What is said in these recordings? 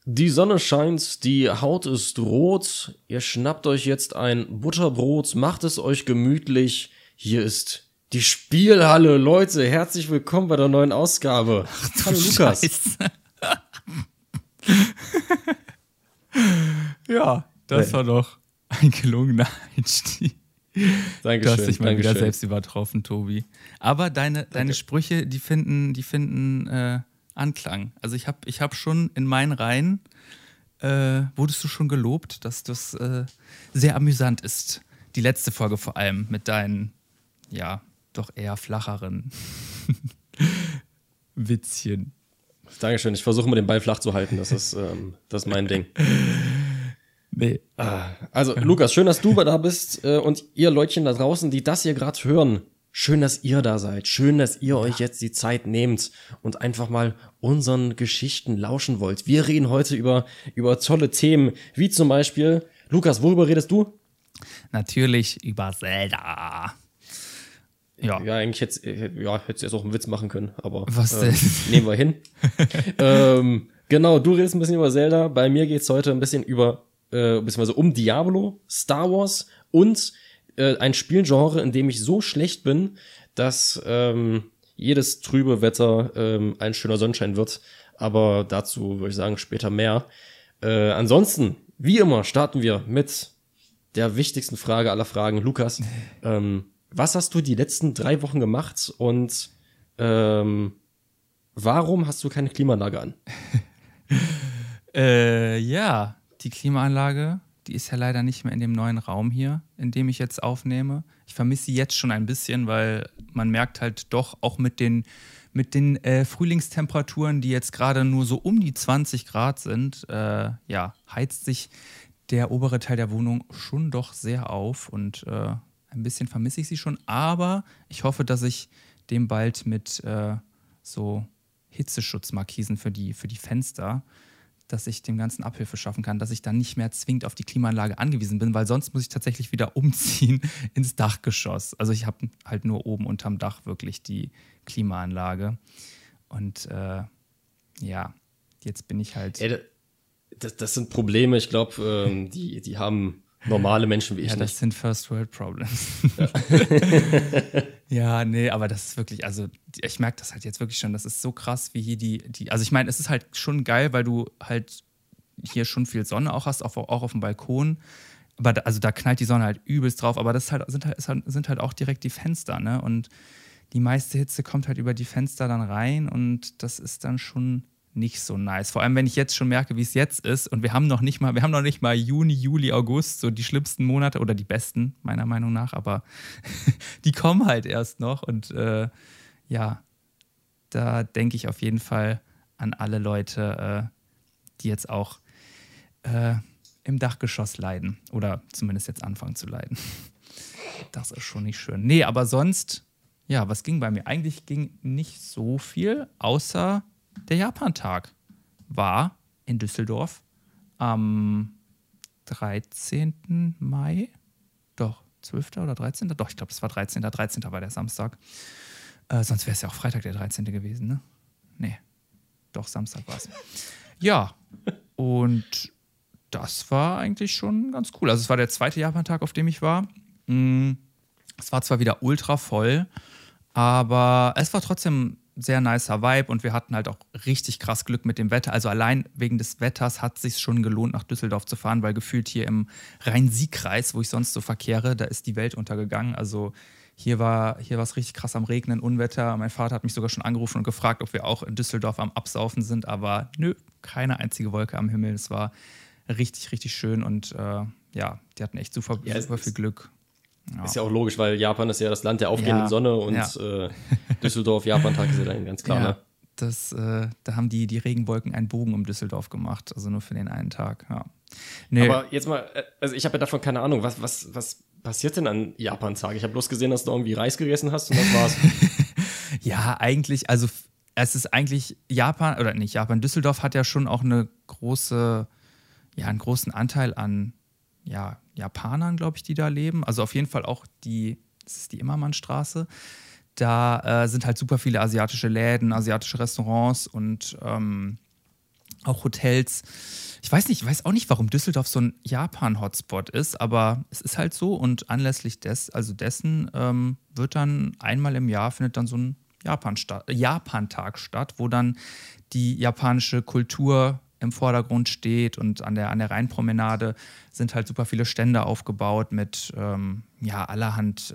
Die Sonne scheint, die Haut ist rot. Ihr schnappt euch jetzt ein Butterbrot, macht es euch gemütlich. Hier ist die Spielhalle. Leute, herzlich willkommen bei der neuen Ausgabe. Hallo Lukas. Ja, das war doch ein gelungener Einstieg. Dankeschön. Du hast dich mal wieder selbst übertroffen, Tobi. Aber deine Sprüche, die finden Anklang. Also ich hab schon in meinen Reihen, wurdest du schon gelobt, dass das sehr amüsant ist. Die letzte Folge vor allem mit deinen, ja, doch eher flacheren Witzchen. Dankeschön. Ich versuche mal den Ball flach zu halten. Das ist mein Ding. Nee. Also, Lukas, schön, dass du da bist und ihr Leutchen da draußen, die das hier gerade hören. Schön, dass ihr da seid. Schön, dass ihr euch jetzt die Zeit nehmt und einfach mal unseren Geschichten lauschen wollt. Wir reden heute über tolle Themen, wie zum Beispiel, Lukas, worüber redest du? Natürlich über Zelda. Ja, eigentlich hättest du jetzt auch einen Witz machen können, aber was denn? Nehmen wir hin. Genau, du redest ein bisschen über Zelda. Bei mir geht's heute ein bisschen beziehungsweise um Diablo, Star Wars und ein Spielgenre, in dem ich so schlecht bin, dass jedes trübe Wetter ein schöner Sonnenschein wird. Aber dazu würde ich sagen, später mehr. Ansonsten, wie immer, starten wir mit der wichtigsten Frage aller Fragen. Lukas, was hast du die letzten 3 Wochen gemacht und warum hast du keine Klimaanlage an? Ja, die Klimaanlage, die ist ja leider nicht mehr in dem neuen Raum hier, in dem ich jetzt aufnehme. Ich vermisse sie jetzt schon ein bisschen, weil man merkt halt doch auch mit den Frühlingstemperaturen, die jetzt gerade nur so um die 20 Grad sind, heizt sich der obere Teil der Wohnung schon doch sehr auf und ein bisschen vermisse ich sie schon, aber ich hoffe, dass ich dem bald mit so Hitzeschutzmarkisen für die Fenster, dass ich dem Ganzen Abhilfe schaffen kann, dass ich dann nicht mehr zwingend auf die Klimaanlage angewiesen bin, weil sonst muss ich tatsächlich wieder umziehen ins Dachgeschoss. Also ich habe halt nur oben unterm Dach wirklich die Klimaanlage. Und jetzt bin ich halt... Das sind Probleme, ich glaube, die haben normale Menschen wie ich nicht. Ja, das sind First World Problems. Ja. Ja, nee, aber das ist wirklich, also ich merke das halt jetzt wirklich schon, das ist so krass, wie hier also ich meine, es ist halt schon geil, weil du halt hier schon viel Sonne auch hast, auch auf dem Balkon, aber da knallt die Sonne halt übelst drauf, aber das sind halt auch direkt die Fenster, ne, und die meiste Hitze kommt halt über die Fenster dann rein und das ist dann schon nicht so nice. Vor allem, wenn ich jetzt schon merke, wie es jetzt ist und wir haben noch nicht mal Juni, Juli, August, so die schlimmsten Monate oder die besten, meiner Meinung nach, aber die kommen halt erst noch und da denke ich auf jeden Fall an alle Leute, die jetzt auch im Dachgeschoss leiden oder zumindest jetzt anfangen zu leiden. Das ist schon nicht schön. Nee, aber sonst, ja, was ging bei mir? Eigentlich ging nicht so viel, außer der Japantag war in Düsseldorf am 13. Mai. Doch, 12. oder 13.? Doch, ich glaube, es war 13. 13. war der Samstag. Sonst wäre es ja auch Freitag der 13. gewesen, ne? Nee, doch, Samstag war es. Ja, und das war eigentlich schon ganz cool. Also es war der 2. Japantag, auf dem ich war. Es war zwar wieder ultra voll, aber es war trotzdem sehr nicer Vibe und wir hatten halt auch richtig krass Glück mit dem Wetter. Also allein wegen des Wetters hat es sich schon gelohnt, nach Düsseldorf zu fahren, weil gefühlt hier im Rhein-Sieg-Kreis, wo ich sonst so verkehre, da ist die Welt untergegangen. Also hier war es richtig krass am Regnen, Unwetter. Mein Vater hat mich sogar schon angerufen und gefragt, ob wir auch in Düsseldorf am Absaufen sind, aber nö, keine einzige Wolke am Himmel. Es war richtig, richtig schön und die hatten echt super viel Glück. Ja. Ist ja auch logisch, weil Japan ist ja das Land der aufgehenden Sonne und Düsseldorf, Japantag ist ja dann ganz klar, ne? Da haben die Regenwolken einen Bogen um Düsseldorf gemacht, also nur für den einen Tag, ja. Nee. Aber jetzt mal, also ich habe ja davon keine Ahnung, was passiert denn an Japantag? Ich habe bloß gesehen, dass du irgendwie Reis gegessen hast und das war's. Ja, eigentlich, also es ist eigentlich Japan, oder nicht Japan, Düsseldorf hat ja schon auch einen großen Anteil an Japanern, glaube ich, die da leben. Also auf jeden Fall auch das ist die Immermannstraße. Da sind halt super viele asiatische Läden, asiatische Restaurants und auch Hotels. Ich weiß auch nicht, warum Düsseldorf so ein Japan-Hotspot ist, aber es ist halt so und anlässlich dessen wird dann einmal im Jahr findet dann so ein Japantag statt, wo dann die japanische Kultur im Vordergrund steht und an der Rheinpromenade sind halt super viele Stände aufgebaut mit allerhand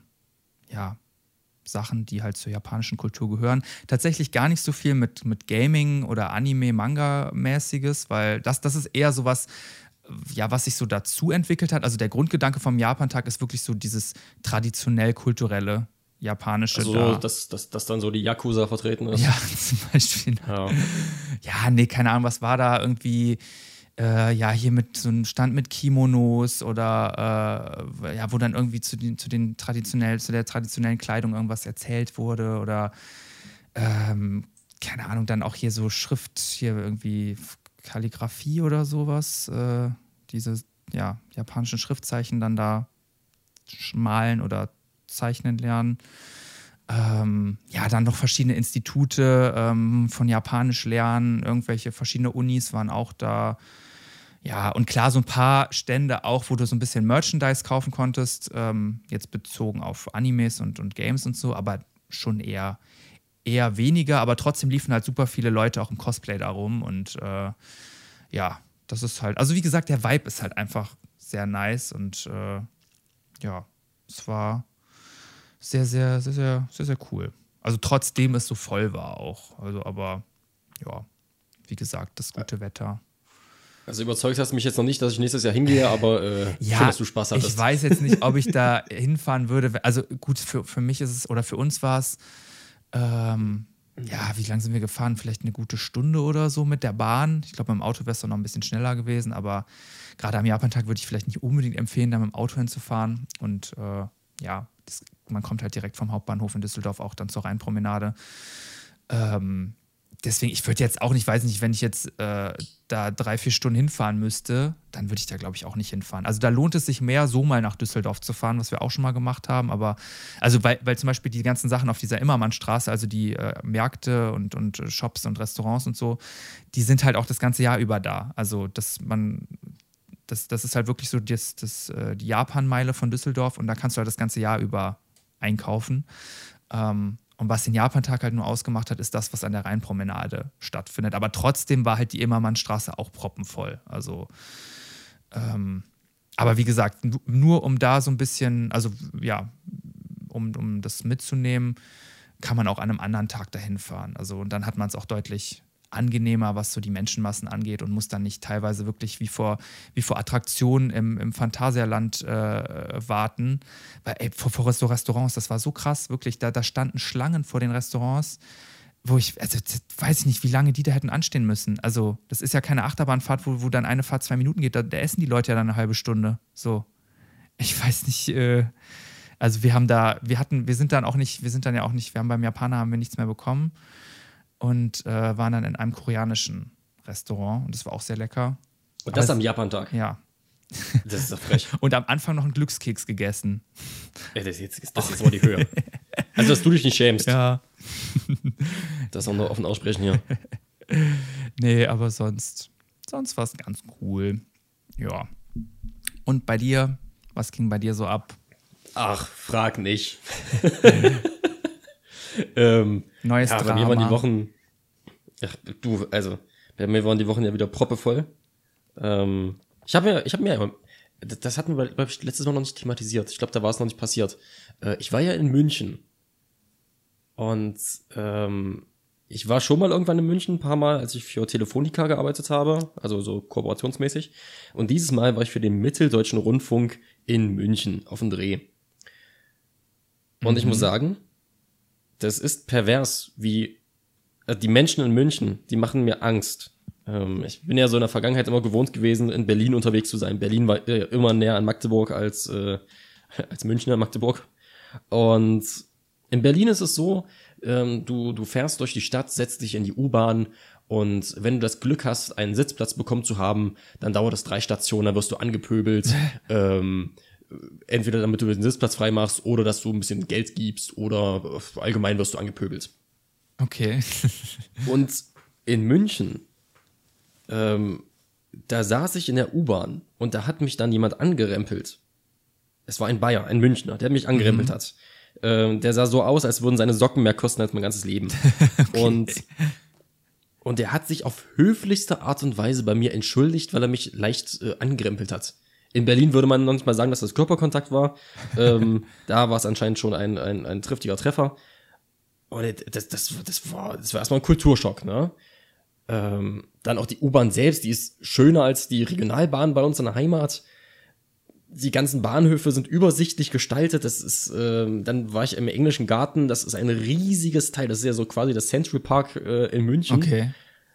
Sachen, die halt zur japanischen Kultur gehören. Tatsächlich gar nicht so viel mit Gaming oder Anime, Manga-mäßiges, weil das ist eher sowas, was sich so dazu entwickelt hat. Also der Grundgedanke vom Japantag ist wirklich so dieses traditionell-kulturelle japanische. Also dass dann so die Yakuza vertreten ist. Ja, zum Beispiel. Ja, nee, keine Ahnung, was war da irgendwie hier mit so einem Stand mit Kimonos oder wo dann irgendwie zu der traditionellen Kleidung irgendwas erzählt wurde oder keine Ahnung, dann auch hier so Schrift, hier irgendwie Kalligrafie oder sowas, diese japanischen Schriftzeichen dann da malen oder zeichnen lernen. Dann noch verschiedene Institute von Japanisch lernen, irgendwelche verschiedene Unis waren auch da. Ja, und klar, so ein paar Stände auch, wo du so ein bisschen Merchandise kaufen konntest, jetzt bezogen auf Animes und Games und so, aber schon eher weniger, aber trotzdem liefen halt super viele Leute auch im Cosplay da rum und das ist halt, also wie gesagt, der Vibe ist halt einfach sehr nice und es war sehr, sehr, sehr, sehr, sehr, sehr cool. Also trotzdem es so voll war auch. Also, aber ja, wie gesagt, das gute Wetter. Also überzeugt hast du mich jetzt noch nicht, dass ich nächstes Jahr hingehe, aber schön, dass du Spaß hattest. Ich weiß jetzt nicht, ob ich da hinfahren würde. Also gut, für mich ist es, oder für uns war es, wie lange sind wir gefahren? Vielleicht eine gute Stunde oder so mit der Bahn. Ich glaube, mit dem Auto wäre es noch ein bisschen schneller gewesen, aber gerade am Japantag würde ich vielleicht nicht unbedingt empfehlen, da mit dem Auto hinzufahren. Und man kommt halt direkt vom Hauptbahnhof in Düsseldorf auch dann zur Rheinpromenade. Deswegen, ich würde jetzt auch nicht, weiß nicht, wenn ich jetzt da 3-4 Stunden hinfahren müsste, dann würde ich da, glaube ich, auch nicht hinfahren. Also da lohnt es sich mehr, so mal nach Düsseldorf zu fahren, was wir auch schon mal gemacht haben. Aber, also weil zum Beispiel die ganzen Sachen auf dieser Immermannstraße, also die Märkte und Shops und Restaurants und so, die sind halt auch das ganze Jahr über da. Also das ist halt wirklich so die Japan-Meile von Düsseldorf und da kannst du halt das ganze Jahr über einkaufen. Und was den Japantag halt nur ausgemacht hat, ist das, was an der Rheinpromenade stattfindet. Aber trotzdem war halt die Immermannstraße auch proppenvoll. Also, aber wie gesagt, nur um da so ein bisschen, also ja, um das mitzunehmen, kann man auch an einem anderen Tag dahin fahren. Also, und dann hat man es auch deutlich angenehmer, was so die Menschenmassen angeht und muss dann nicht teilweise wirklich wie vor Attraktionen im Phantasialand warten. Weil vor so Restaurants, das war so krass, wirklich, da standen Schlangen vor den Restaurants, wo weiß ich nicht, wie lange die da hätten anstehen müssen. Also das ist ja keine Achterbahnfahrt, wo dann eine Fahrt 2 Minuten geht, da essen die Leute ja dann eine halbe Stunde. So, ich weiß nicht, also wir haben dann ja auch nicht, beim Japaner haben wir nichts mehr bekommen. Und waren dann in einem koreanischen Restaurant und das war auch sehr lecker. Und das am Japantag? Ja. Das ist doch frech. Und am Anfang noch einen Glückskeks gegessen. Ja, das ist jetzt mal die Höhe. Also, dass du dich nicht schämst. Ja. Das auch noch offen aussprechen hier. Nee, aber sonst war es ganz cool. Ja. Und bei dir? Was ging bei dir so ab? Ach, frag nicht. Neues Drama. Bei mir waren die Wochen. Bei mir waren die Wochen ja wieder proppevoll. Ich habe mir, das hatten wir, glaube ich, letztes Mal noch nicht thematisiert. Ich glaube, da war es noch nicht passiert. Ich war ja in München. Und ich war schon mal irgendwann in München ein paar Mal, als ich für Telefonica gearbeitet habe, also so kooperationsmäßig. Und dieses Mal war ich für den Mitteldeutschen Rundfunk in München auf dem Dreh. Und ich muss sagen, das ist pervers, wie die Menschen in München, die machen mir Angst. Ich bin ja so in der Vergangenheit immer gewohnt gewesen, in Berlin unterwegs zu sein. Berlin war immer näher an Magdeburg als Münchner Magdeburg. Und in Berlin ist es so, du fährst durch die Stadt, setzt dich in die U-Bahn und wenn du das Glück hast, einen Sitzplatz bekommen zu haben, dann dauert es 3 Stationen, dann wirst du angepöbelt. Entweder damit du den Sitzplatz frei machst oder dass du ein bisschen Geld gibst oder allgemein wirst du angepöbelt. Okay. Und in München Da saß ich in der U-Bahn und da hat mich dann jemand angerempelt. Es war ein Bayer, ein Münchner, der mich angerempelt hat. Der sah so aus, als würden seine Socken mehr kosten als mein ganzes Leben. Okay. Und der hat sich auf höflichste Art und Weise bei mir entschuldigt, weil er mich leicht angerempelt hat. In Berlin würde man noch nicht mal sagen, dass das Körperkontakt war. Da war es anscheinend schon ein triftiger Treffer. Und das war erstmal ein Kulturschock, ne? Dann auch die U-Bahn selbst, die ist schöner als die Regionalbahn bei uns in der Heimat. Die ganzen Bahnhöfe sind übersichtlich gestaltet. Das ist, dann war ich im englischen Garten. Das ist ein riesiges Teil. Das ist ja so quasi das Central Park in München. Okay.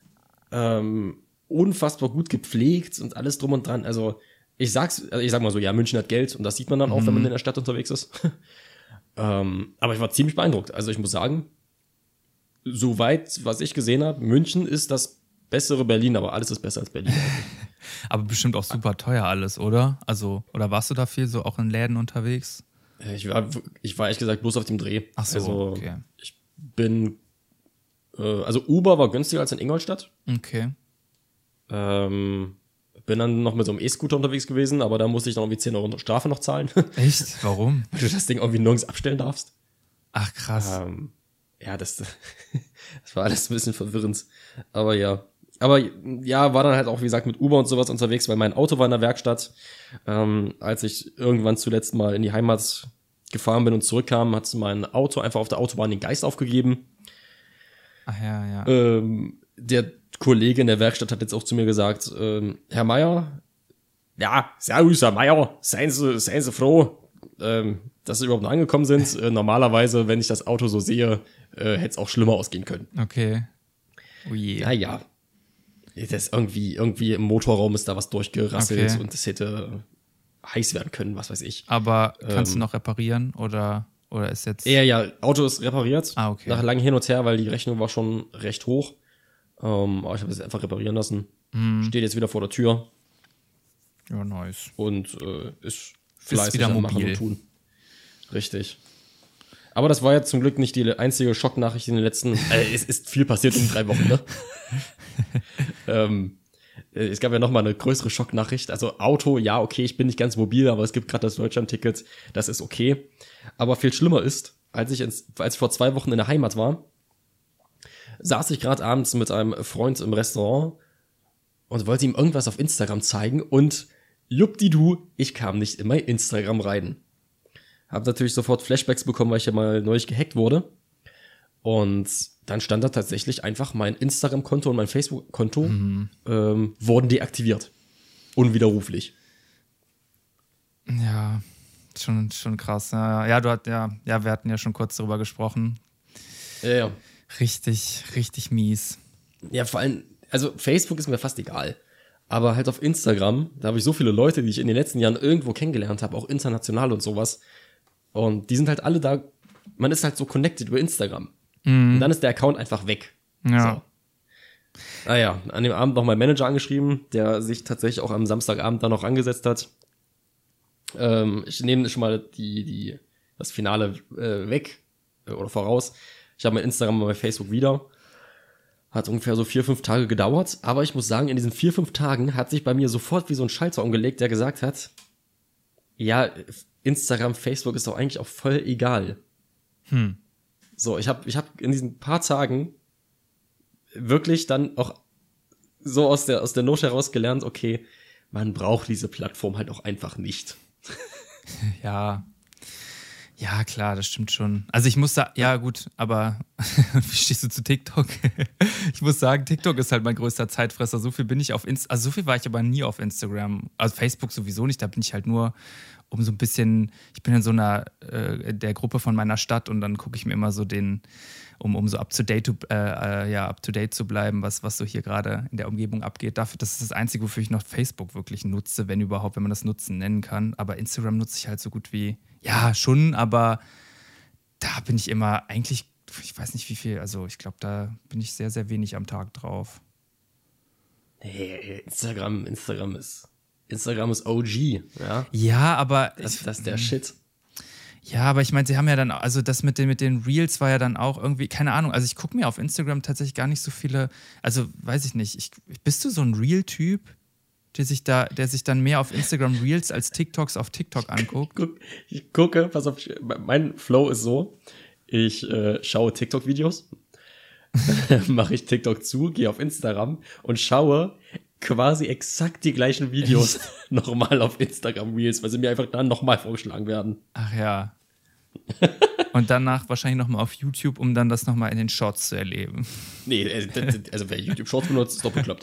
Unfassbar gut gepflegt und alles drum und dran. Also ich sag mal so, ja, München hat Geld und das sieht man dann auch, wenn man in der Stadt unterwegs ist. Aber ich war ziemlich beeindruckt. Also ich muss sagen, soweit, was ich gesehen habe, München ist das bessere Berlin, aber alles ist besser als Berlin. Aber bestimmt auch super teuer alles, oder? Also, oder warst du da viel so auch in Läden unterwegs? Ich war ehrlich gesagt bloß auf dem Dreh. Ach so, also, okay. Ich bin, also Uber war günstiger als in Ingolstadt. Okay. Bin dann noch mit so einem E-Scooter unterwegs gewesen, aber da musste ich dann irgendwie 10 Euro Strafe noch zahlen. Echt? Warum? Weil du das Ding irgendwie nirgends abstellen darfst. Ach, krass. Ja, das war alles ein bisschen verwirrend. Aber ja, war dann halt auch, wie gesagt, mit Uber und sowas unterwegs, weil mein Auto war in der Werkstatt. Als ich irgendwann zuletzt mal in die Heimat gefahren bin und zurückkam, hat mein Auto einfach auf der Autobahn den Geist aufgegeben. Ach ja, ja. Der Kollege in der Werkstatt hat jetzt auch zu mir gesagt, Herr Meier, ja, servus, Herr Meier, seien Sie froh, dass Sie überhaupt noch angekommen sind. Normalerweise, wenn ich das Auto so sehe, hätte es auch schlimmer ausgehen können. Okay. Oh je. Naja. Das irgendwie im Motorraum ist da was durchgerasselt und es hätte heiß werden können, was weiß ich. Aber kannst du noch reparieren oder ist jetzt... Ja, Auto ist repariert. Ah, okay. Nach langem Hin und Her, weil die Rechnung war schon recht hoch. Aber ich habe es einfach reparieren lassen. Steht jetzt wieder vor der Tür. Ja, nice. Und ist fleißig wieder am Machen mobil. und Tun. Richtig. Aber das war jetzt zum Glück nicht die einzige Schocknachricht in den letzten... es ist viel passiert in 3 Wochen, ne? Es gab ja noch mal eine größere Schocknachricht. Also Auto, ja, okay, ich bin nicht ganz mobil, aber es gibt gerade das Deutschland-Ticket. Das ist okay. Aber viel schlimmer ist, als ich vor 2 Wochen in der Heimat war, saß ich gerade abends mit einem Freund im Restaurant und wollte ihm irgendwas auf Instagram zeigen und juppdidu, ich kam nicht in mein Instagram rein. Hab natürlich sofort Flashbacks bekommen, weil ich ja mal neulich gehackt wurde. Und dann stand da tatsächlich einfach mein Instagram-Konto und mein Facebook-Konto wurden deaktiviert. Unwiderruflich. Ja, schon krass. Ja, wir hatten ja schon kurz darüber gesprochen. Ja. Richtig mies. Ja, vor allem, also Facebook ist mir fast egal. Aber halt auf Instagram, da habe ich so viele Leute, die ich in den letzten Jahren irgendwo kennengelernt habe, auch international und sowas. Und die sind halt alle da, man ist halt so connected über Instagram. Und dann ist der Account einfach weg. Ja. So. An dem Abend noch mein Manager angeschrieben, der sich tatsächlich auch am Samstagabend da noch angesetzt hat. Ich nehme schon mal das Finale weg oder voraus. Ich habe mein Instagram und mein Facebook wieder. Hat ungefähr so 4-5 Tage gedauert. Aber ich muss sagen, in diesen 4-5 Tagen hat sich bei mir sofort wie so ein Schalter umgelegt, der gesagt hat, ja, Instagram, Facebook ist doch eigentlich auch voll egal. So, ich hab in diesen paar Tagen wirklich dann auch so aus der Not heraus gelernt, okay, man braucht diese Plattform halt auch einfach nicht. Ja, klar, das stimmt schon. Also ich muss sagen, ja gut, aber wie stehst du zu TikTok? Ich muss sagen, TikTok ist halt mein größter Zeitfresser. So viel bin ich auf Instagram, also so viel war ich aber nie auf Instagram. Also Facebook sowieso nicht, da bin ich halt nur um so ein bisschen, ich bin in so einer, der Gruppe von meiner Stadt und dann gucke ich mir immer so um so up to date zu bleiben, was so hier gerade in der Umgebung abgeht. Das ist das Einzige, wofür ich noch Facebook wirklich nutze, wenn überhaupt, wenn man das Nutzen nennen kann. Aber Instagram nutze ich halt so gut wie, ja, schon, aber da bin ich immer eigentlich, ich weiß nicht wie viel, also ich glaube, da bin ich sehr, sehr wenig am Tag drauf. Hey, Instagram ist OG, ja? Ja, aber... Das ist der Shit. Ja, aber ich meine, sie haben ja dann, also das mit den Reels war ja dann auch irgendwie, keine Ahnung, also ich gucke mir auf Instagram tatsächlich gar nicht so viele, also weiß ich nicht, bist du so ein Reel-Typ, der sich dann mehr auf Instagram Reels als TikToks auf TikTok anguckt? Ich gucke, pass auf, mein Flow ist so, ich schaue TikTok-Videos, mache ich TikTok zu, gehe auf Instagram und schaue quasi exakt die gleichen Videos nochmal auf Instagram Reels, weil sie mir einfach dann nochmal vorgeschlagen werden. Ach ja. Und danach wahrscheinlich nochmal auf YouTube, um dann das nochmal in den Shorts zu erleben. Nee, also wer YouTube Shorts benutzt, ist doch bekloppt.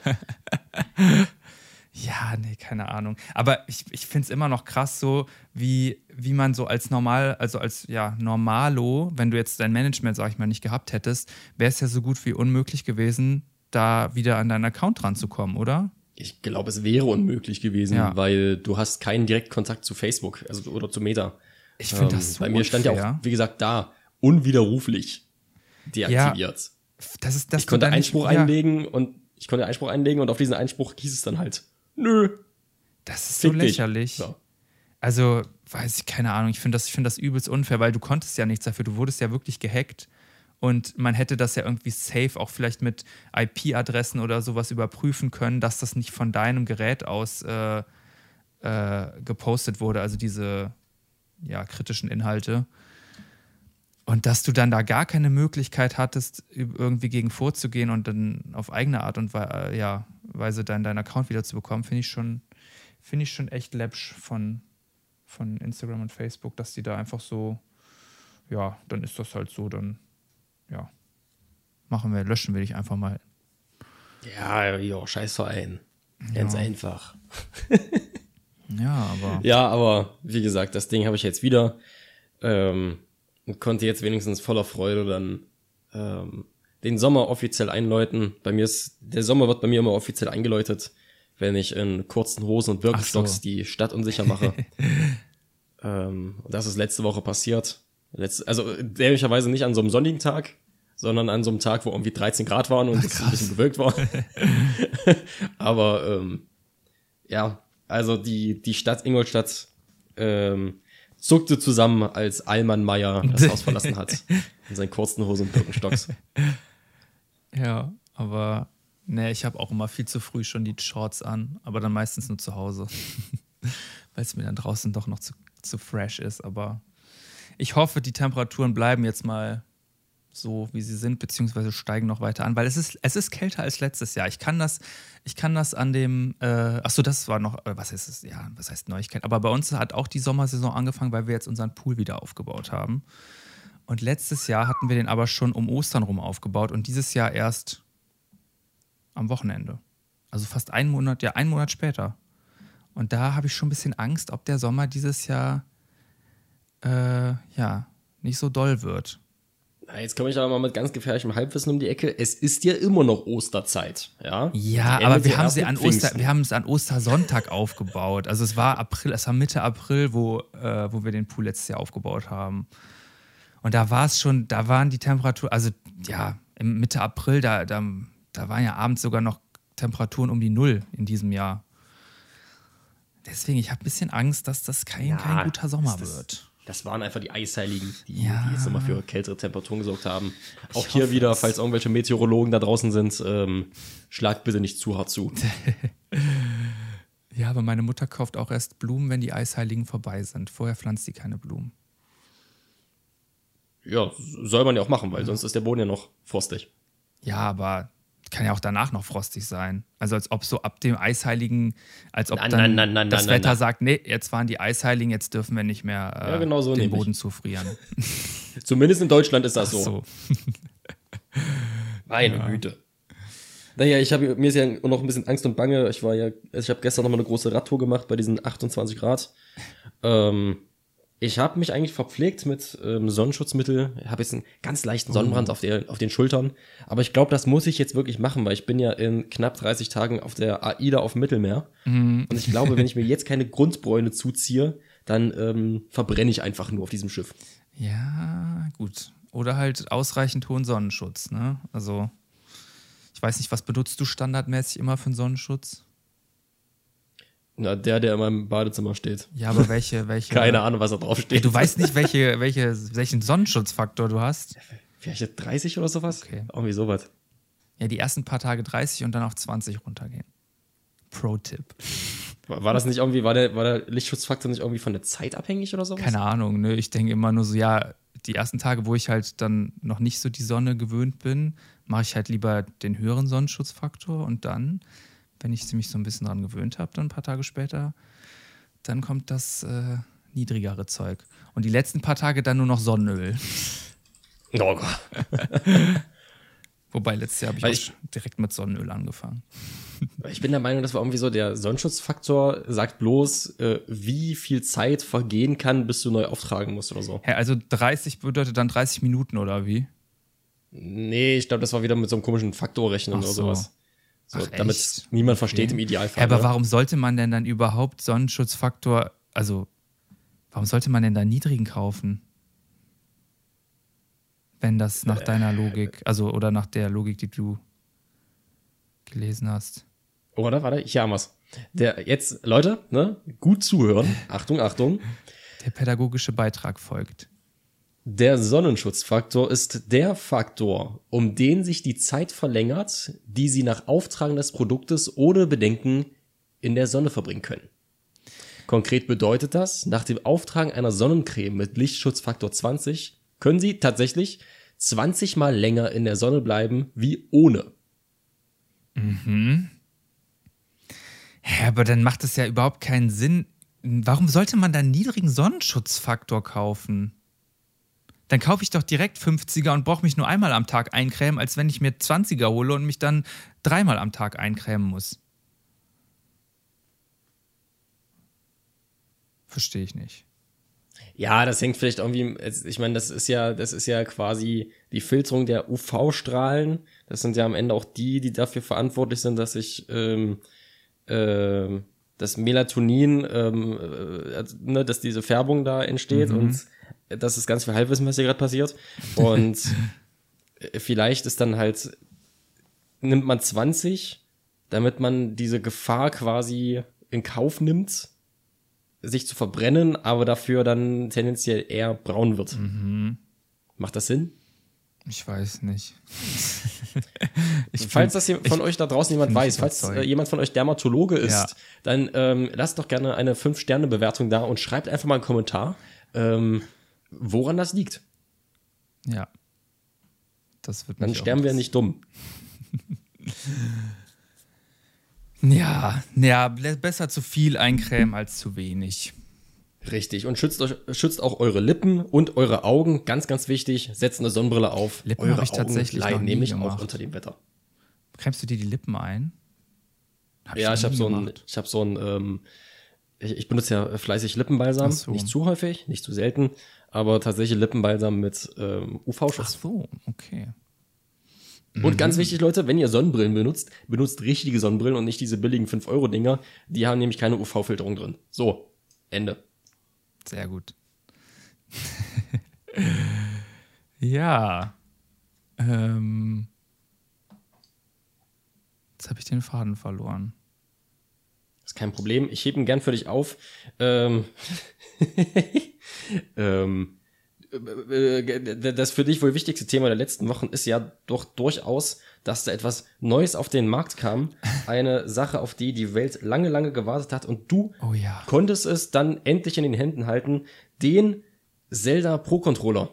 Ja, nee, keine Ahnung. Aber ich finde es immer noch krass so, wie man so als Normalo, wenn du jetzt dein Management, sag ich mal, nicht gehabt hättest, wäre es ja so gut wie unmöglich gewesen, da wieder an deinen Account ranzukommen, oder? Ich glaube, es wäre unmöglich gewesen, Ja. weil du hast keinen Direktkontakt zu Facebook, also oder zu Meta. Ich finde das so Bei mir stand ja unfair. auch, wie gesagt, da unwiderruflich deaktiviert. Das ist, dass Ich konnte du da Einspruch nicht, einlegen und auf diesen Einspruch hieß es dann halt, nö, Das ist so fick dich. lächerlich. Ja. Also, weiß ich, keine Ahnung, ich finde das übelst unfair, weil du konntest ja nichts dafür, du wurdest ja wirklich gehackt und man hätte das ja irgendwie safe auch vielleicht mit IP-Adressen oder sowas überprüfen können, dass das nicht von deinem Gerät aus gepostet wurde, also diese kritischen Inhalte. Und dass du dann da gar keine Möglichkeit hattest, irgendwie gegen vorzugehen und dann auf eigene Art und Weise deinen Account wieder zu bekommen, finde ich schon echt läppsch von Instagram und Facebook, dass die da einfach so, ja, dann ist das halt so, dann, ja, löschen wir dich einfach mal. Ja, Scheißverein. Ganz einfach. Ja, aber. Ja, aber wie gesagt, das Ding habe ich jetzt wieder. Und konnte jetzt wenigstens voller Freude dann den Sommer offiziell einläuten. Der Sommer wird bei mir immer offiziell eingeläutet, wenn ich in kurzen Hosen und Birkenstocks so. die Stadt unsicher mache. Und das ist letzte Woche passiert. Also ehrlicherweise nicht an so einem sonnigen Tag, sondern an so einem Tag, wo irgendwie 13 Grad waren und es ein bisschen bewölkt war. Aber ja, also die Stadt Ingolstadt zuckte zusammen, als Alman Meyer das Haus verlassen hat. In seinen kurzen Hosen und Birkenstocks. Ja, aber ne, ich habe auch immer viel zu früh schon die Shorts an, aber dann meistens nur zu Hause. Weil es mir dann draußen doch noch zu fresh ist. Aber ich hoffe, die Temperaturen bleiben jetzt mal so, wie sie sind, beziehungsweise steigen noch weiter an, weil es ist kälter als letztes Jahr. Ich kann das an dem, das war noch, was heißt Neuigkeit? Aber bei uns hat auch die Sommersaison angefangen, weil wir jetzt unseren Pool wieder aufgebaut haben. Und letztes Jahr hatten wir den aber schon um Ostern rum aufgebaut und dieses Jahr erst am Wochenende. Also fast einen Monat später. Und da habe ich schon ein bisschen Angst, ob der Sommer dieses Jahr nicht so doll wird. Na, jetzt komme ich aber mal mit ganz gefährlichem Halbwissen um die Ecke. Es ist ja immer noch Osterzeit, ja? Ja, aber wir haben es an Ostersonntag aufgebaut. Also es war Mitte April, wo wir den Pool letztes Jahr aufgebaut haben. Und da waren die Temperaturen, also ja, im Mitte April, da waren ja abends sogar noch Temperaturen um die 0 in diesem Jahr. Deswegen, ich habe ein bisschen Angst, dass das kein guter Sommer wird. Das waren einfach die Eisheiligen, die Ja. jetzt immer für kältere Temperaturen gesorgt haben. Auch hier wieder, falls irgendwelche Meteorologen da draußen sind, schlagt bitte nicht zu hart zu. Ja, aber meine Mutter kauft auch erst Blumen, wenn die Eisheiligen vorbei sind. Vorher pflanzt sie keine Blumen. Ja, soll man ja auch machen, weil sonst ist der Boden ja noch frostig. Ja, aber kann ja auch danach noch frostig sein. Also als ob so ab dem Eisheiligen, als ob dann das Wetter sagt, nee, jetzt waren die Eisheiligen, jetzt dürfen wir nicht mehr genau so den nämlich. Boden zufrieren. Zumindest in Deutschland ist das Ach so. Meine Güte. Naja, mir ist ja noch ein bisschen Angst und Bange. Ich habe gestern noch mal eine große Radtour gemacht bei diesen 28 Grad. Ich habe mich eigentlich verpflegt mit Sonnenschutzmittel. Ich habe jetzt einen ganz leichten Sonnenbrand auf den Schultern. Aber ich glaube, das muss ich jetzt wirklich machen, weil ich bin ja in knapp 30 Tagen auf der AIDA auf dem Mittelmeer. Und ich glaube, wenn ich mir jetzt keine Grundbräune zuziehe, dann verbrenne ich einfach nur auf diesem Schiff. Ja, gut. Oder halt ausreichend hohen Sonnenschutz, ne? Also, ich weiß nicht, was benutzt du standardmäßig immer für einen Sonnenschutz? Na, der immer im Badezimmer steht. Ja, aber welche? Keine Ahnung, was da drauf steht. Ey, du weißt nicht, welchen Sonnenschutzfaktor du hast? Vielleicht 30 oder sowas? Okay. Irgendwie sowas. Ja, die ersten paar Tage 30 und dann auf 20 runtergehen. Pro-Tipp. War das nicht irgendwie, war der Lichtschutzfaktor nicht irgendwie von der Zeit abhängig oder sowas? Keine Ahnung, ne? Ich denke immer nur so, ja, die ersten Tage, wo ich halt dann noch nicht so die Sonne gewöhnt bin, mache ich halt lieber den höheren Sonnenschutzfaktor und dann, wenn ich mich so ein bisschen dran gewöhnt habe, dann ein paar Tage später, dann kommt das niedrigere Zeug. Und die letzten paar Tage dann nur noch Sonnenöl. Oh Gott. Wobei, letztes Jahr habe ich auch direkt mit Sonnenöl angefangen. Ich bin der Meinung, das war irgendwie so, der Sonnenschutzfaktor sagt bloß, wie viel Zeit vergehen kann, bis du neu auftragen musst oder so. Hä, also 30 bedeutet dann 30 Minuten oder wie? Nee, ich glaube, das war wieder mit so einem komischen Faktor rechnen oder sowas. So, Ach, damit echt? niemand versteht im Idealfall. Ja, aber ne? warum sollte man denn dann überhaupt Sonnenschutzfaktor, also warum sollte man denn da niedrigen kaufen? Wenn das nach deiner Logik, also oder nach der Logik, die du gelesen hast. Oder? Warte, hier haben wir's. Jetzt, Leute, ne, gut zuhören. Achtung, Achtung. Der pädagogische Beitrag folgt. Der Sonnenschutzfaktor ist der Faktor, um den sich die Zeit verlängert, die Sie nach Auftragen des Produktes ohne Bedenken in der Sonne verbringen können. Konkret bedeutet das, nach dem Auftragen einer Sonnencreme mit Lichtschutzfaktor 20 können Sie tatsächlich 20 Mal länger in der Sonne bleiben wie ohne. Hä, aber dann macht es ja überhaupt keinen Sinn. Warum sollte man da einen niedrigen Sonnenschutzfaktor kaufen? Dann kaufe ich doch direkt 50er und brauche mich nur einmal am Tag eincremen, als wenn ich mir 20er hole und mich dann 3-mal am Tag eincremen muss. Verstehe ich nicht. Ja, das hängt vielleicht irgendwie, ich meine, das ist ja quasi die Filterung der UV-Strahlen. Das sind ja am Ende auch die dafür verantwortlich sind, dass sich das Melatonin, ne, dass diese Färbung da entsteht und das ist ganz viel Halbwissen, was hier gerade passiert. Und vielleicht ist dann halt, nimmt man 20, damit man diese Gefahr quasi in Kauf nimmt, sich zu verbrennen, aber dafür dann tendenziell eher braun wird. Macht das Sinn? Ich weiß nicht. Falls das hier von euch da draußen jemand weiß, falls jemand von euch Dermatologe ist, dann lasst doch gerne eine 5-Sterne-Bewertung da und schreibt einfach mal einen Kommentar, woran das liegt. Ja. Das wird dann sterben wir nicht dumm. Ja, besser zu viel eincremen als zu wenig. Richtig. Und schützt auch eure Lippen und eure Augen. Ganz, ganz wichtig. Setzt eine Sonnenbrille auf. Lippen habe ich tatsächlich noch nie nämlich gemacht. auch unter dem Wetter. Cremst du dir die Lippen ein? Ich benutze ja fleißig Lippenbalsam. So. Nicht zu häufig, nicht zu selten, aber tatsächlich Lippenbalsam mit UV-Schutz. Ach so, okay. Und ganz wichtig, Leute, wenn ihr Sonnenbrillen benutzt richtige Sonnenbrillen und nicht diese billigen 5-Euro-Dinger. Die haben nämlich keine UV-Filterung drin. So, Ende. Sehr gut. Ja. Jetzt habe ich den Faden verloren. Das ist kein Problem. Ich hebe ihn gern für dich auf. Das für dich wohl wichtigste Thema der letzten Wochen ist ja doch durchaus, dass da etwas Neues auf den Markt kam. Eine Sache, auf die die Welt lange, lange gewartet hat. Und du konntest es dann endlich in den Händen halten. Den Zelda Pro Controller.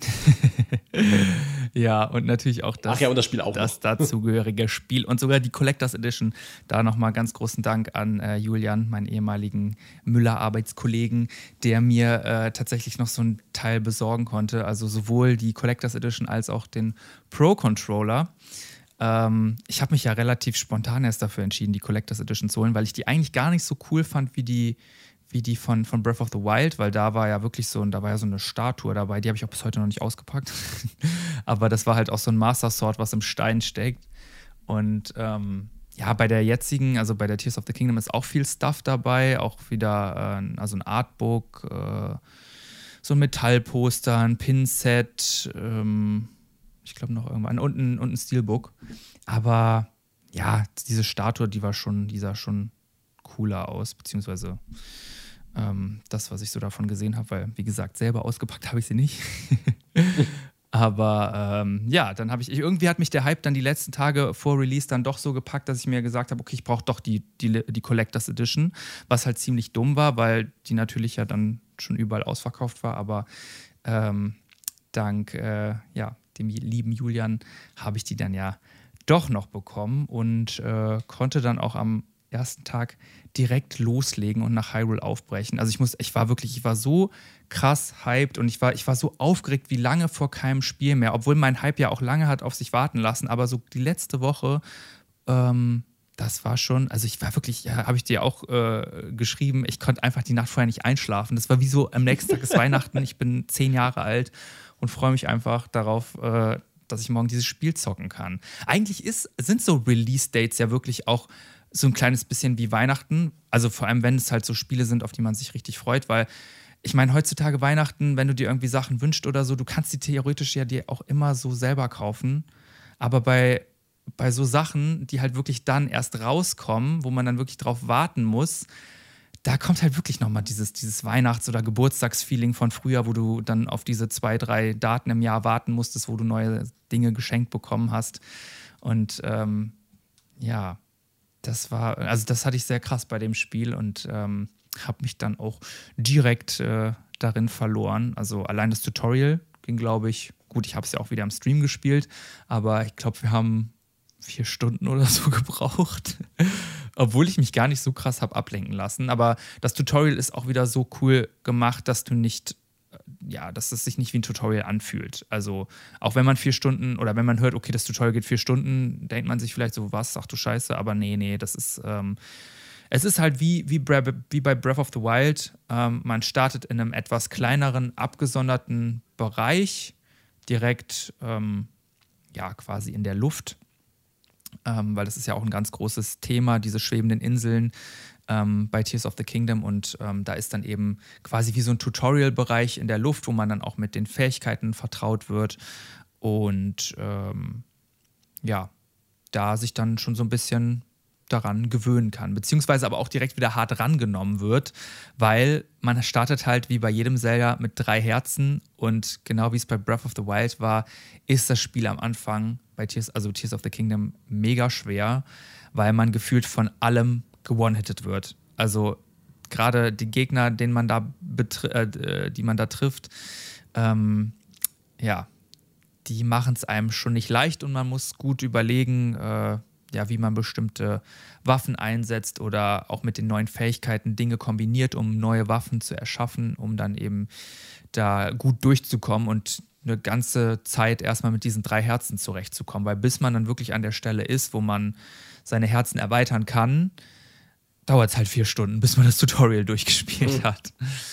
Ja, und natürlich auch das, und das Spiel auch das dazugehörige Spiel und sogar die Collectors Edition. Da nochmal ganz großen Dank an Julian, meinen ehemaligen Müller-Arbeitskollegen, der mir tatsächlich noch so ein Teil besorgen konnte. Also sowohl die Collectors Edition als auch den Pro-Controller. Ich habe mich ja relativ spontan erst dafür entschieden, die Collectors Edition zu holen, weil ich die eigentlich gar nicht so cool fand wie die von Breath of the Wild, weil da war ja wirklich so eine Statue dabei, die habe ich auch bis heute noch nicht ausgepackt. Aber das war halt auch so ein Master Sword, was im Stein steckt. Und bei der jetzigen, also bei der Tears of the Kingdom ist auch viel Stuff dabei, auch wieder also ein Artbook, so ein Metallposter, ein Pinset, ich glaube noch irgendwann und ein Steelbook. Aber ja, diese Statue, die sah schon cooler aus, beziehungsweise das, was ich so davon gesehen habe, weil, wie gesagt, selber ausgepackt habe ich sie nicht. Aber dann habe irgendwie hat mich der Hype dann die letzten Tage vor Release dann doch so gepackt, dass ich mir gesagt habe, okay, ich brauche doch die Collectors Edition, was halt ziemlich dumm war, weil die natürlich ja dann schon überall ausverkauft war, aber dank dem lieben Julian habe ich die dann ja doch noch bekommen und konnte dann auch am ersten Tag direkt loslegen und nach Hyrule aufbrechen. Also ich war so krass hyped und ich war so aufgeregt wie lange vor keinem Spiel mehr, obwohl mein Hype ja auch lange hat auf sich warten lassen, aber so die letzte Woche, das war schon, also ich war wirklich, habe ich dir auch geschrieben, ich konnte einfach die Nacht vorher nicht einschlafen. Das war wie so, am nächsten Tag ist Weihnachten, ich bin 10 Jahre alt und freue mich einfach darauf, dass ich morgen dieses Spiel zocken kann. Eigentlich sind so Release-Dates ja wirklich auch so ein kleines bisschen wie Weihnachten. Also vor allem, wenn es halt so Spiele sind, auf die man sich richtig freut, weil ich meine, heutzutage Weihnachten, wenn du dir irgendwie Sachen wünschst oder so, du kannst die theoretisch ja dir auch immer so selber kaufen. Aber bei so Sachen, die halt wirklich dann erst rauskommen, wo man dann wirklich drauf warten muss, da kommt halt wirklich nochmal dieses Weihnachts- oder Geburtstagsfeeling von früher, wo du dann auf diese 2, 3 Daten im Jahr warten musstest, wo du neue Dinge geschenkt bekommen hast. Und das hatte ich sehr krass bei dem Spiel und habe mich dann auch direkt darin verloren. Also allein das Tutorial ging, glaube ich, gut, ich habe es ja auch wieder im Stream gespielt, aber ich glaube, wir haben 4 Stunden oder so gebraucht, obwohl ich mich gar nicht so krass habe ablenken lassen. Aber das Tutorial ist auch wieder so cool gemacht, dass dass es sich nicht wie ein Tutorial anfühlt. Also auch wenn man 4 Stunden oder wenn man hört, okay, das Tutorial geht 4 Stunden, denkt man sich vielleicht so, was, ach du Scheiße, aber nee, das ist, es ist halt wie bei Breath of the Wild, man startet in einem etwas kleineren, abgesonderten Bereich, direkt, quasi in der Luft, weil das ist ja auch ein ganz großes Thema, diese schwebenden Inseln, bei Tears of the Kingdom und da ist dann eben quasi wie so ein Tutorial-Bereich in der Luft, wo man dann auch mit den Fähigkeiten vertraut wird und da sich dann schon so ein bisschen daran gewöhnen kann, beziehungsweise aber auch direkt wieder hart rangenommen wird, weil man startet halt wie bei jedem Zelda mit 3 Herzen und genau wie es bei Breath of the Wild war, ist das Spiel am Anfang bei Tears of the Kingdom mega schwer, weil man gefühlt von allem gewone-hitted wird. Also gerade die Gegner, die man da trifft, die machen es einem schon nicht leicht und man muss gut überlegen, wie man bestimmte Waffen einsetzt oder auch mit den neuen Fähigkeiten Dinge kombiniert, um neue Waffen zu erschaffen, um dann eben da gut durchzukommen und eine ganze Zeit erstmal mit diesen 3 Herzen zurechtzukommen, weil bis man dann wirklich an der Stelle ist, wo man seine Herzen erweitern kann, dauert es halt 4 Stunden, bis man das Tutorial durchgespielt hat.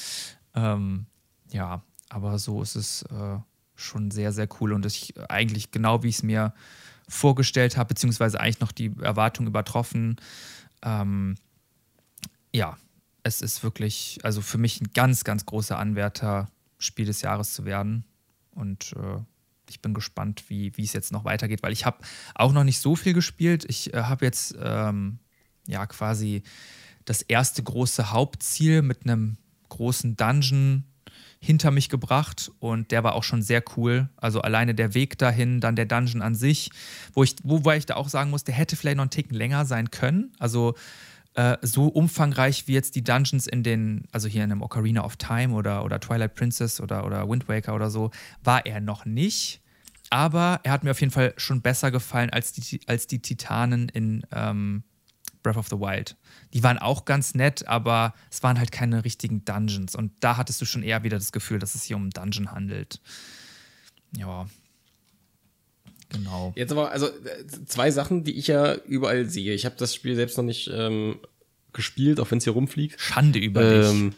Aber so ist es schon sehr, sehr cool und ich eigentlich genau wie ich es mir vorgestellt habe, beziehungsweise eigentlich noch die Erwartung übertroffen. Es ist wirklich, also für mich ein ganz, ganz großer Anwärter, Spiel des Jahres zu werden. Und ich bin gespannt, wie es jetzt noch weitergeht, weil ich habe auch noch nicht so viel gespielt. Ich habe jetzt quasi das erste große Hauptziel mit einem großen Dungeon hinter mich gebracht und der war auch schon sehr cool. Also alleine der Weg dahin, dann der Dungeon an sich, wobei ich da auch sagen muss, der hätte vielleicht noch einen Ticken länger sein können. Also so umfangreich wie jetzt die Dungeons also hier in einem Ocarina of Time oder Twilight Princess oder Wind Waker oder so, war er noch nicht. Aber er hat mir auf jeden Fall schon besser gefallen als die Titanen in Breath of the Wild. Die waren auch ganz nett, aber es waren halt keine richtigen Dungeons. Und da hattest du schon eher wieder das Gefühl, dass es hier um einen Dungeon handelt. Ja. Genau. Jetzt aber, also 2 Sachen, die ich ja überall sehe. Ich habe das Spiel selbst noch nicht gespielt, auch wenn es hier rumfliegt. Schande über dich.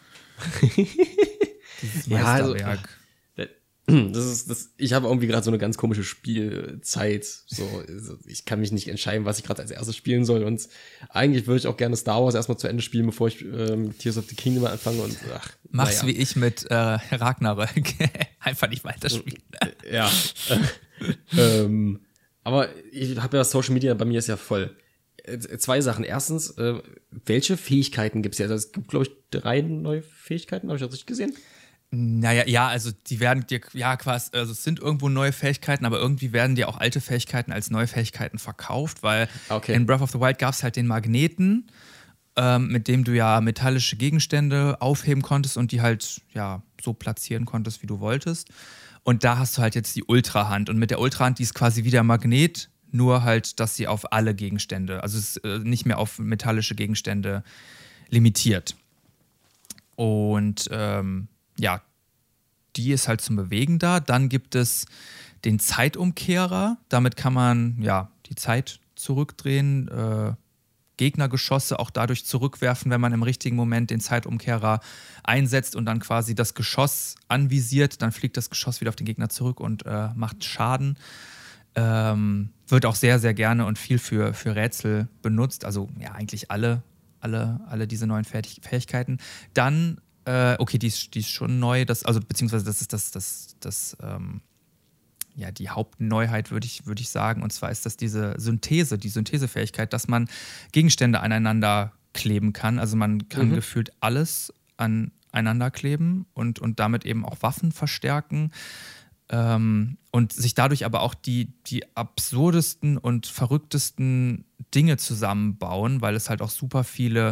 Dieses Meisterwerk. Ich habe irgendwie gerade so eine ganz komische Spielzeit. So, ich kann mich nicht entscheiden, was ich gerade als erstes spielen soll. Und eigentlich würde ich auch gerne Star Wars erstmal zu Ende spielen, bevor ich Tears of the Kingdom anfange. Und mach's wie ich mit Ragnarök. Einfach nicht weiterspielen. Aber ich habe ja Social Media, bei mir ist ja voll. zwei Sachen. Erstens, welche Fähigkeiten gibt's hier? Also es gibt, glaube ich, 3 neue Fähigkeiten, habe ich das richtig gesehen? Naja, ja, also die werden dir, ja, quasi, also es sind irgendwo neue Fähigkeiten, aber irgendwie werden dir auch alte Fähigkeiten als neue Fähigkeiten verkauft, weil in Breath of the Wild gab es halt den Magneten, mit dem du ja metallische Gegenstände aufheben konntest und die halt, ja, so platzieren konntest, wie du wolltest. Und da hast du halt jetzt die Ultrahand. Und mit der Ultrahand, die ist quasi wie der Magnet, nur halt, dass sie auf alle Gegenstände, also es ist nicht mehr auf metallische Gegenstände limitiert. Und ja, die ist halt zum Bewegen da. Dann gibt es den Zeitumkehrer. Damit kann man ja die Zeit zurückdrehen, Gegnergeschosse auch dadurch zurückwerfen, wenn man im richtigen Moment den Zeitumkehrer einsetzt und dann quasi das Geschoss anvisiert. Dann fliegt das Geschoss wieder auf den Gegner zurück und macht Schaden. Wird auch sehr, sehr gerne und viel für Rätsel benutzt. Also ja, eigentlich alle diese neuen Fähigkeiten. Dann okay, die ist schon neu, beziehungsweise das ist ja, die Hauptneuheit, würde ich sagen. Und zwar ist das die Synthesefähigkeit, dass man Gegenstände aneinander kleben kann. Also man kann gefühlt alles aneinander kleben und damit eben auch Waffen verstärken. Und sich dadurch aber auch die absurdesten und verrücktesten Dinge zusammenbauen, weil es halt auch super viele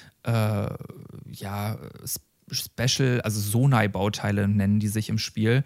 ja, Special, also Sonai-Bauteile nennen die sich im Spiel.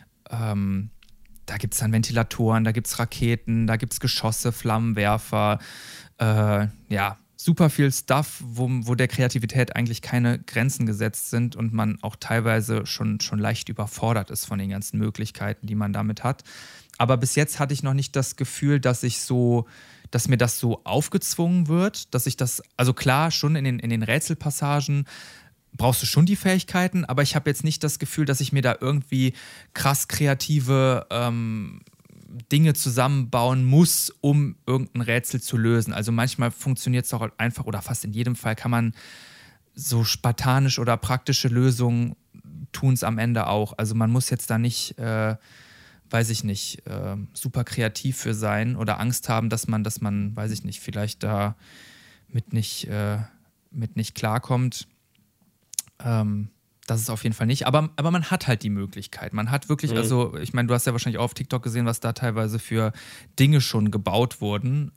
Da gibt es dann Ventilatoren, da gibt es Raketen, da gibt es Geschosse, Flammenwerfer, ja, super viel Stuff, wo der Kreativität eigentlich keine Grenzen gesetzt sind und man auch teilweise schon leicht überfordert ist von den ganzen Möglichkeiten, die man damit hat. Aber bis jetzt hatte ich noch nicht das Gefühl, dass mir das so aufgezwungen wird, dass ich das, also klar, schon in den Rätselpassagen brauchst du schon die Fähigkeiten, aber ich habe jetzt nicht das Gefühl, dass ich mir da irgendwie krass kreative Dinge zusammenbauen muss, um irgendein Rätsel zu lösen. Also manchmal funktioniert es auch einfach, oder fast in jedem Fall kann man so spartanisch oder praktische Lösungen tun es am Ende auch. Also man muss jetzt da nicht, weiß ich nicht, super kreativ für sein oder Angst haben, dass man, weiß ich nicht, vielleicht da mit nicht klarkommt. Das ist auf jeden Fall nicht, aber man hat halt die Möglichkeit. Man hat wirklich, also ich meine, du hast ja wahrscheinlich auch auf TikTok gesehen, was da teilweise für Dinge schon gebaut wurden.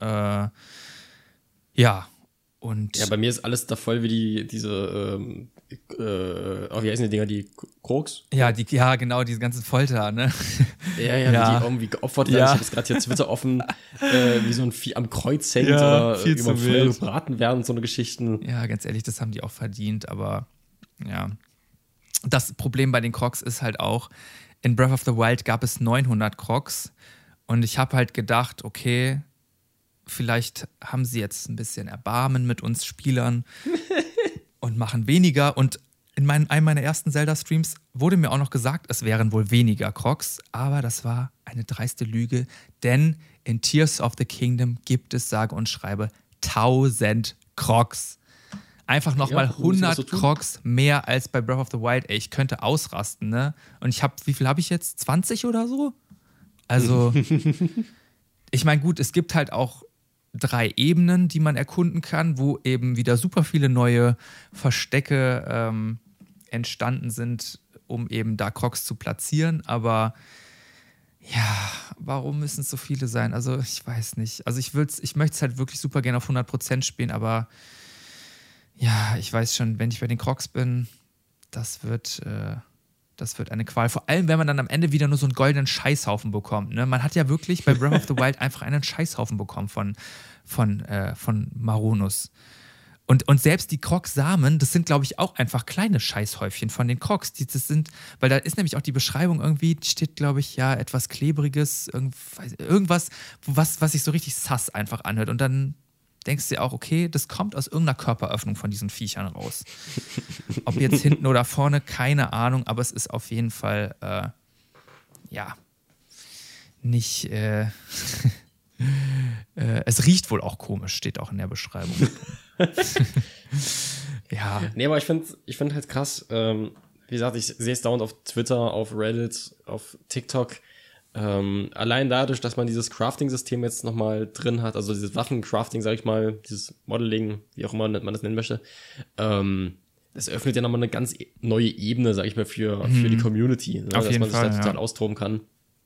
Ja, und... Ja, bei mir ist alles da voll wie diese, wie heißen die Dinger, die Krogs? Ja, genau, diese ganzen Folter, ne? Ja, wie die irgendwie geopfert werden. Ich habe jetzt gerade hier Twitter offen, wie so ein Vieh am Kreuz hängt oder über Feuer gebraten werden, so eine Geschichten. Ja, ganz ehrlich, das haben die auch verdient, aber ja. Das Problem bei den Crocs ist halt auch, in Breath of the Wild gab es 900 Crocs und ich habe halt gedacht, okay, vielleicht haben sie jetzt ein bisschen Erbarmen mit uns Spielern und machen weniger. Und in einem meiner ersten Zelda-Streams wurde mir auch noch gesagt, es wären wohl weniger Crocs, aber das war eine dreiste Lüge, denn in Tears of the Kingdom gibt es, sage und schreibe, 1000 Crocs. Einfach nochmal 100 Crocs mehr als bei Breath of the Wild. Ey, ich könnte ausrasten, ne? Und wie viel habe ich jetzt? 20 oder so? Also, ich meine, gut, es gibt halt auch 3 Ebenen, die man erkunden kann, wo eben wieder super viele neue Verstecke entstanden sind, um eben da Crocs zu platzieren. Aber ja, warum müssen es so viele sein? Also, ich weiß nicht. Also, ich möchte es halt wirklich super gerne auf 100% spielen, aber ja, ich weiß schon, wenn ich bei den Crocs bin, das wird eine Qual. Vor allem, wenn man dann am Ende wieder nur so einen goldenen Scheißhaufen bekommt. Ne? Man hat ja wirklich bei Breath of the Wild einfach einen Scheißhaufen bekommen von Maronus. Und selbst die Croc-Samen, das sind, glaube ich, auch einfach kleine Scheißhäufchen von den Crocs. Weil da ist nämlich auch die Beschreibung irgendwie, steht, glaube ich, ja, etwas Klebriges, irgendwas, was sich so richtig sass einfach anhört. Und dann denkst du dir auch, okay, das kommt aus irgendeiner Körperöffnung von diesen Viechern raus. Ob jetzt hinten oder vorne, keine Ahnung, aber es ist auf jeden Fall, ja, nicht, es riecht wohl auch komisch, steht auch in der Beschreibung. Ja. Nee, aber ich find halt krass, wie gesagt, ich sehe es dauernd auf Twitter, auf Reddit, auf TikTok, Allein dadurch, dass man dieses Crafting-System jetzt nochmal drin hat, also dieses Waffen-Crafting, sag ich mal, dieses Modeling, wie auch immer man das nennen möchte, das öffnet ja nochmal eine ganz neue Ebene, sag ich mal, für die Community, ne? Dass man sich da total austoben kann.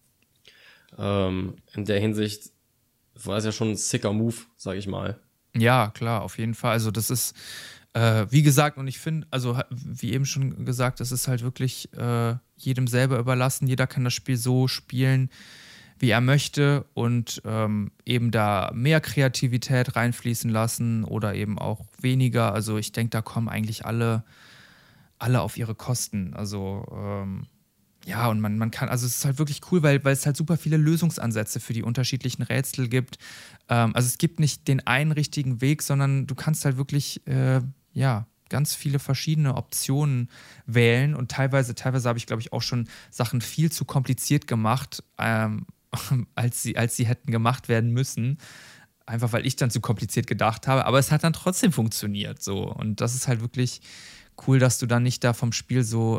In der Hinsicht war es ja schon ein sicker Move, sag ich mal. Ja, klar, auf jeden Fall. Also das ist, wie gesagt, und ich finde, also wie eben schon gesagt, das ist halt wirklich jedem selber überlassen. Jeder kann das Spiel so spielen, wie er möchte und eben da mehr Kreativität reinfließen lassen oder eben auch weniger. Also ich denke, da kommen eigentlich alle auf ihre Kosten. Also ja, und man kann, also es ist halt wirklich cool, weil es halt super viele Lösungsansätze für die unterschiedlichen Rätsel gibt. Also es gibt nicht den einen richtigen Weg, sondern du kannst halt wirklich, ja, ganz viele verschiedene Optionen wählen und teilweise habe ich, glaube ich, auch schon Sachen viel zu kompliziert gemacht, als sie hätten gemacht werden müssen. Einfach weil ich dann zu kompliziert gedacht habe, aber es hat dann trotzdem funktioniert so. Und das ist halt wirklich cool, dass du dann nicht da vom Spiel so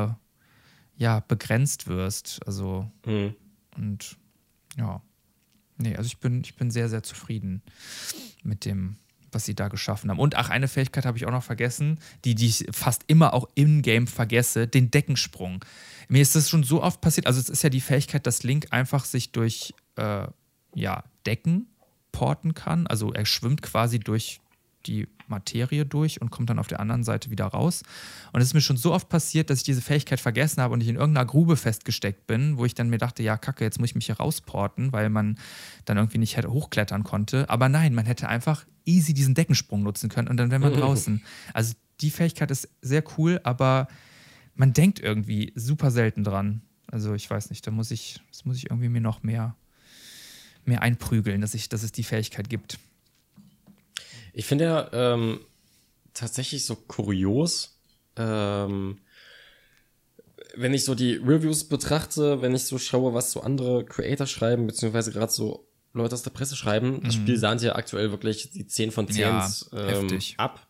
ja, begrenzt wirst. Also, und ja. Nee, also ich bin sehr, sehr zufrieden mit dem, was sie da geschaffen haben. Und ach, eine Fähigkeit habe ich auch noch vergessen, die ich fast immer auch im Game vergesse, den Deckensprung. Mir ist das schon so oft passiert, also es ist ja die Fähigkeit, dass Link einfach sich durch ja, Decken porten kann. Also er schwimmt quasi durch die Materie durch und kommt dann auf der anderen Seite wieder raus. Und es ist mir schon so oft passiert, dass ich diese Fähigkeit vergessen habe und ich in irgendeiner Grube festgesteckt bin, wo ich dann mir dachte, ja kacke, jetzt muss ich mich hier rausporten, weil man dann irgendwie nicht hochklettern konnte. Aber nein, man hätte einfach easy diesen Deckensprung nutzen können und dann wäre man draußen. Also die Fähigkeit ist sehr cool, aber man denkt irgendwie super selten dran. Also ich weiß nicht, das muss ich irgendwie mir noch mehr einprügeln, dass es die Fähigkeit gibt. Ich finde ja tatsächlich so kurios, wenn ich so die Reviews betrachte, wenn ich so schaue, was so andere Creator schreiben, beziehungsweise gerade so Leute aus der Presse schreiben. Das Spiel sahnt ja aktuell wirklich die 10 von 10 ab.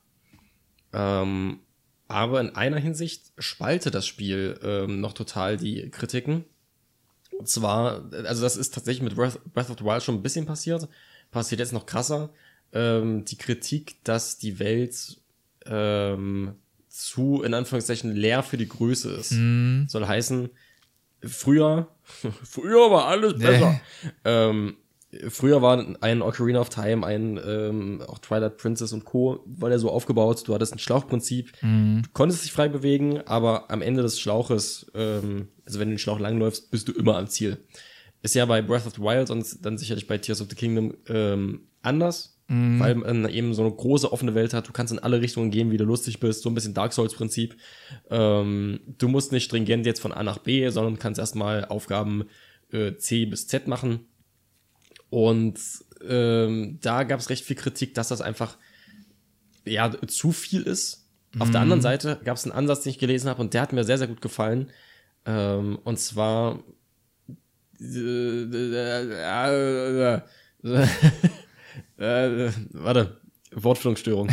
Aber in einer Hinsicht spaltet das Spiel noch total die Kritiken. Und zwar, also das ist tatsächlich mit Breath of the Wild schon ein bisschen passiert jetzt noch krasser. Die Kritik, dass die Welt zu, in Anführungszeichen, leer für die Größe ist. Soll heißen, früher war alles besser. Früher war ein Ocarina of Time, auch Twilight Princess und Co. war der so aufgebaut, du hattest ein Schlauchprinzip, du konntest dich frei bewegen, aber am Ende des Schlauches, also wenn du den Schlauch langläufst, bist du immer am Ziel. Ist ja bei Breath of the Wild und dann sicherlich bei Tears of the Kingdom anders. Weil man eben so eine große offene Welt hat, du kannst in alle Richtungen gehen, wie du lustig bist, so ein bisschen Dark Souls-Prinzip. Du musst nicht stringent jetzt von A nach B, sondern kannst erstmal Aufgaben C bis Z machen. Und da gab es recht viel Kritik, dass das einfach ja zu viel ist. Auf der anderen Seite gab es einen Ansatz, den ich gelesen habe, und der hat mir sehr, sehr gut gefallen. Und zwar warte, Wortfindungsstörung.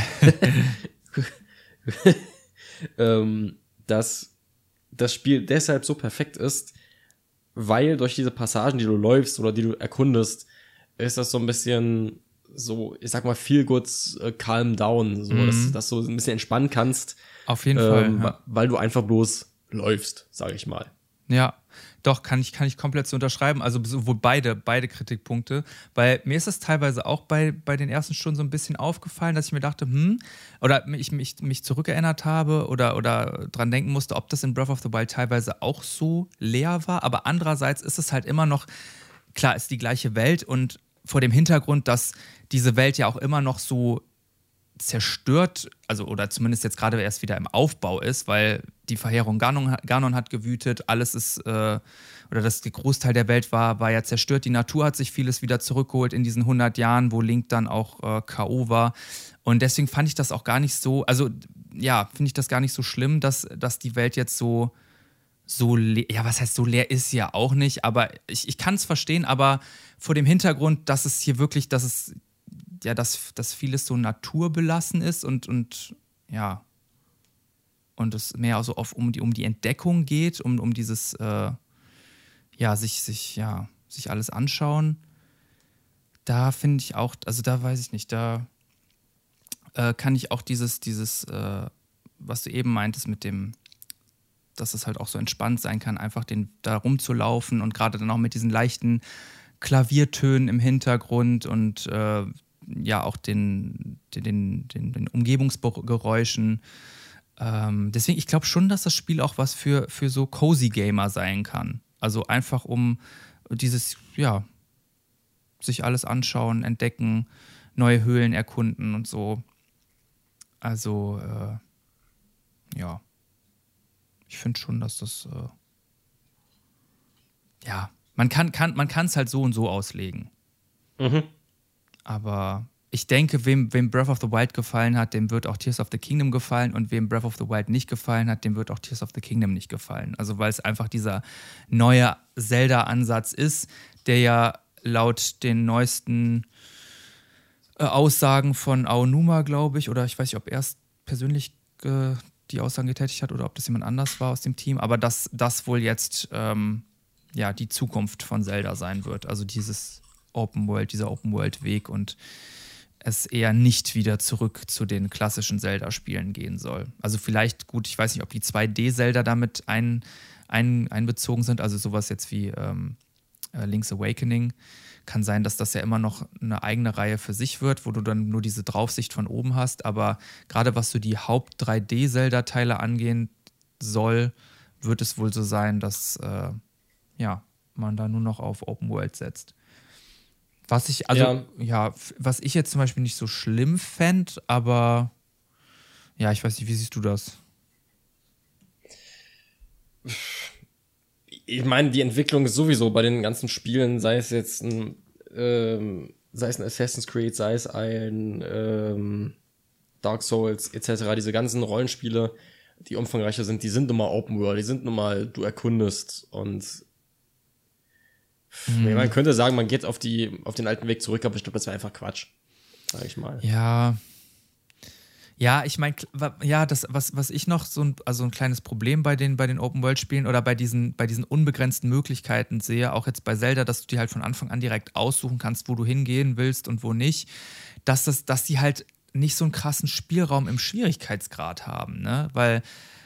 Dass das Spiel deshalb so perfekt ist, weil durch diese Passagen, die du läufst oder die du erkundest, ist das so ein bisschen so, ich sag mal, feel good, calm down, so, dass du ein bisschen entspannen kannst. Auf jeden Fall. Ja. Weil du einfach bloß läufst, sag ich mal. Ja, doch, kann ich komplett so unterschreiben. Also sowohl beide Kritikpunkte. Weil mir ist das teilweise auch bei den ersten Stunden so ein bisschen aufgefallen, dass ich mir dachte, oder ich mich zurückerinnert habe oder dran denken musste, ob das in Breath of the Wild teilweise auch so leer war. Aber andererseits ist es halt immer noch, klar, ist die gleiche Welt und vor dem Hintergrund, dass diese Welt ja auch immer noch so zerstört, also oder zumindest jetzt gerade erst wieder im Aufbau ist, weil die Verheerung Ganon hat gewütet, alles ist, oder der Großteil der Welt war ja zerstört, die Natur hat sich vieles wieder zurückgeholt in diesen 100 Jahren, wo Link dann auch K.O. war, und deswegen fand ich das auch gar nicht so, also ja, finde ich das gar nicht so schlimm, dass die Welt jetzt so leer, ja, was heißt so leer ist sie ja auch nicht, aber ich kann es verstehen, aber vor dem Hintergrund, dass es hier wirklich, dass vieles so naturbelassen ist und ja, und es mehr so um die Entdeckung geht, um dieses sich alles anschauen. Da finde ich auch, also da weiß ich nicht, da kann ich auch dieses, was du eben meintest mit dem, dass es halt auch so entspannt sein kann, einfach da rumzulaufen und gerade dann auch mit diesen leichten Klaviertönen im Hintergrund und auch den Umgebungsgeräuschen. Deswegen, ich glaube schon, dass das Spiel auch was für so Cozy Gamer sein kann. Also einfach um dieses, sich alles anschauen, entdecken, neue Höhlen erkunden und so. Also, ich finde schon, dass das, man kann es halt so und so auslegen. Mhm. Aber ich denke, wem Breath of the Wild gefallen hat, dem wird auch Tears of the Kingdom gefallen und wem Breath of the Wild nicht gefallen hat, dem wird auch Tears of the Kingdom nicht gefallen. Also weil es einfach dieser neue Zelda-Ansatz ist, der ja laut den neuesten Aussagen von Aonuma, glaube ich, oder ich weiß nicht, ob er es persönlich die Aussagen getätigt hat oder ob das jemand anders war aus dem Team, aber dass das wohl jetzt die Zukunft von Zelda sein wird. Also dieser Open-World-Weg und es eher nicht wieder zurück zu den klassischen Zelda-Spielen gehen soll. Also vielleicht, gut, ich weiß nicht, ob die 2D-Zelda damit einbezogen sind, also sowas jetzt wie Link's Awakening. Kann sein, dass das ja immer noch eine eigene Reihe für sich wird, wo du dann nur diese Draufsicht von oben hast, aber gerade was so die Haupt-3D-Zelda-Teile angehen soll, wird es wohl so sein, dass man da nur noch auf Open World setzt. Was ich jetzt zum Beispiel nicht so schlimm fände, aber ich weiß nicht, wie siehst du das? Ich meine, die Entwicklung ist sowieso bei den ganzen Spielen, sei es jetzt ein Assassin's Creed, sei es ein Dark Souls etc., diese ganzen Rollenspiele, die umfangreicher sind, die sind nun mal Open World, die sind nun mal, du erkundest und man könnte sagen, man geht auf den alten Weg zurück, aber ich glaube, das wäre einfach Quatsch, sag ich mal. Ja, ich meine, was ich noch so ein kleines Problem bei den Open-World-Spielen oder bei diesen unbegrenzten Möglichkeiten sehe, auch jetzt bei Zelda, dass du die halt von Anfang an direkt aussuchen kannst, wo du hingehen willst und wo nicht, dass die halt nicht so einen krassen Spielraum im Schwierigkeitsgrad haben, ne? Weil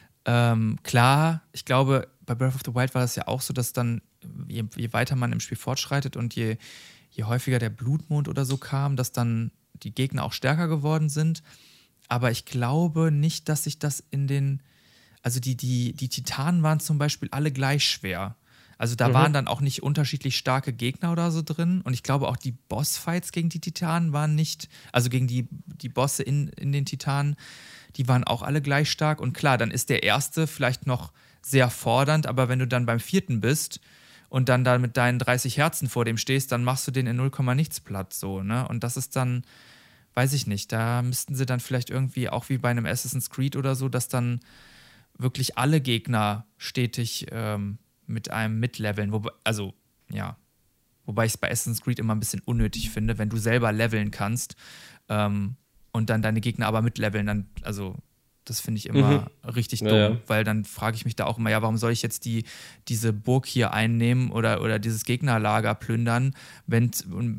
klar, ich glaube, bei Breath of the Wild war das ja auch so, dass dann, je weiter man im Spiel fortschreitet und je häufiger der Blutmond oder so kam, dass dann die Gegner auch stärker geworden sind. Aber ich glaube nicht, dass sich das also die Titanen waren zum Beispiel alle gleich schwer. Also da waren dann auch nicht unterschiedlich starke Gegner oder so drin. Und ich glaube auch die Bossfights gegen die Titanen waren nicht, also gegen die Bosse in den Titanen, die waren auch alle gleich stark. Und klar, dann ist der erste vielleicht noch sehr fordernd, aber wenn du dann beim 4. bist und dann da mit deinen 30 Herzen vor dem stehst, dann machst du den in 0, nichts platt, so, ne? Und das ist dann, weiß ich nicht, da müssten sie dann vielleicht irgendwie, auch wie bei einem Assassin's Creed oder so, dass dann wirklich alle Gegner stetig mit einem mitleveln. Wobei ich es bei Assassin's Creed immer ein bisschen unnötig finde, wenn du selber leveln kannst und dann deine Gegner aber mitleveln, dann, also das finde ich immer richtig dumm, weil dann frage ich mich da auch immer, warum soll ich jetzt diese Burg hier einnehmen oder dieses Gegnerlager plündern, wenn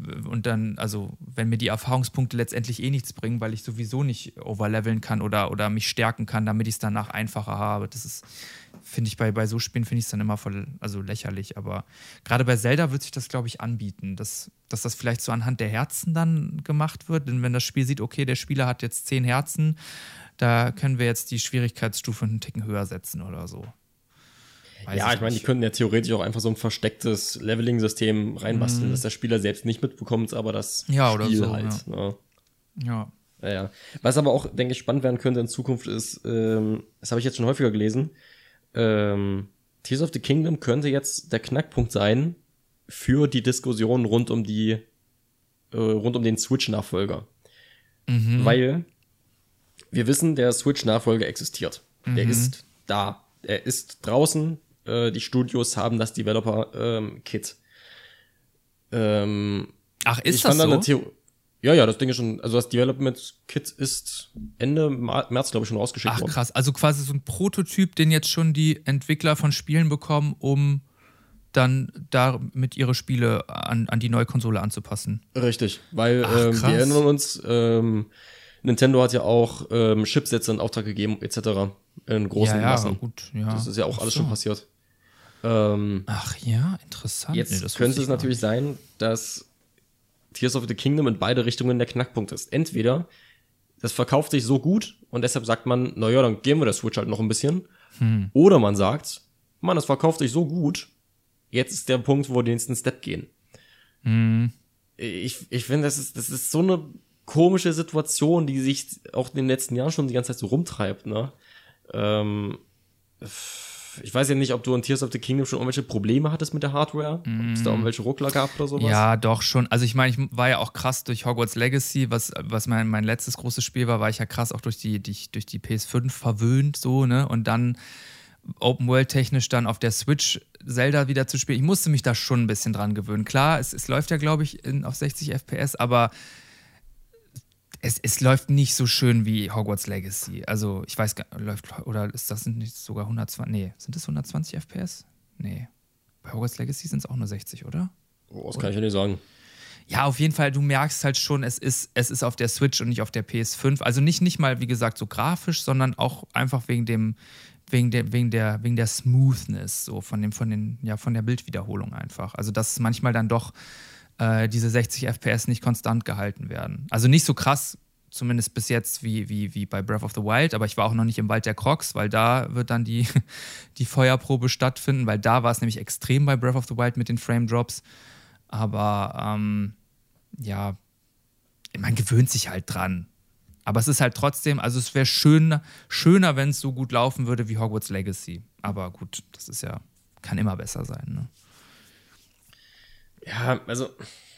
mir die Erfahrungspunkte letztendlich nichts bringen, weil ich sowieso nicht overleveln kann oder mich stärken kann, damit ich es danach einfacher habe. Das ist, finde ich, bei so Spielen finde ich es dann immer voll, also lächerlich, aber gerade bei Zelda wird sich das, glaube ich, anbieten, dass das vielleicht so anhand der Herzen dann gemacht wird, denn wenn das Spiel sieht, okay, der Spieler hat jetzt 10 Herzen, da können wir jetzt die Schwierigkeitsstufe einen Ticken höher setzen oder so. Ich meine, die könnten ja theoretisch auch einfach so ein verstecktes Leveling-System reinbasteln, dass der Spieler selbst nicht mitbekommt, aber das Spiel so, halt. Ne? Ja. Was aber auch, denke ich, spannend werden könnte in Zukunft ist, das habe ich jetzt schon häufiger gelesen, Tears of the Kingdom könnte jetzt der Knackpunkt sein für die Diskussion rund um den Switch-Nachfolger. Weil wir wissen, der Switch-Nachfolger existiert. Der ist da. Er ist draußen. Die Studios haben das Developer-Kit. Ist das so? Das Ding ist schon, also das Development-Kit ist Ende März, glaube ich, schon rausgeschickt worden. Krass. Also quasi so ein Prototyp, den jetzt schon die Entwickler von Spielen bekommen, um dann damit ihre Spiele an die neue Konsole anzupassen. Richtig, weil wir erinnern uns, Nintendo hat ja auch Chipsätze in Auftrag gegeben, etc. in großen Massen. Gut, ja. Das ist ja auch alles schon passiert. Ach ja, interessant. Jetzt könnte es natürlich sein, dass Tears of the Kingdom in beide Richtungen der Knackpunkt ist. Entweder das verkauft sich so gut und deshalb sagt man, naja, dann geben wir der Switch halt noch ein bisschen. Oder man sagt, Mann, das verkauft sich so gut, jetzt ist der Punkt, wo wir den nächsten Step gehen. Ich finde, das ist so eine komische Situation, die sich auch in den letzten Jahren schon die ganze Zeit so rumtreibt, ne? Ich weiß ja nicht, ob du in Tears of the Kingdom schon irgendwelche Probleme hattest mit der Hardware, ob es da irgendwelche Ruckler gab oder sowas. Ja, doch schon. Also ich meine, ich war ja auch krass durch Hogwarts Legacy, was mein letztes großes Spiel war ich ja krass auch durch die PS5 verwöhnt, so, ne? Und dann Open World technisch dann auf der Switch Zelda wieder zu spielen. Ich musste mich da schon ein bisschen dran gewöhnen. Klar, es läuft ja, glaube ich, auf 60 FPS, aber es läuft nicht so schön wie Hogwarts Legacy. Also, ich weiß gar nicht, sind nicht sogar 120? Nee, sind das 120 FPS? Nee. Bei Hogwarts Legacy sind es auch nur 60, oder? Oh, das kann ich ja nicht sagen. Ja, auf jeden Fall, du merkst halt schon, es ist auf der Switch und nicht auf der PS5. Also nicht mal, wie gesagt, so grafisch, sondern auch einfach wegen der Smoothness, so von der Bildwiederholung einfach. Also, dass manchmal dann doch diese 60 FPS nicht konstant gehalten werden. Also nicht so krass, zumindest bis jetzt, wie bei Breath of the Wild, aber ich war auch noch nicht im Wald der Crocs, weil da wird dann die Feuerprobe stattfinden, weil da war es nämlich extrem bei Breath of the Wild mit den Frame-Drops. Aber ja, man gewöhnt sich halt dran. Aber es ist halt trotzdem, also es wäre schöner, wenn es so gut laufen würde wie Hogwarts Legacy. Aber gut, das ist ja, kann immer besser sein, ne? Ja, also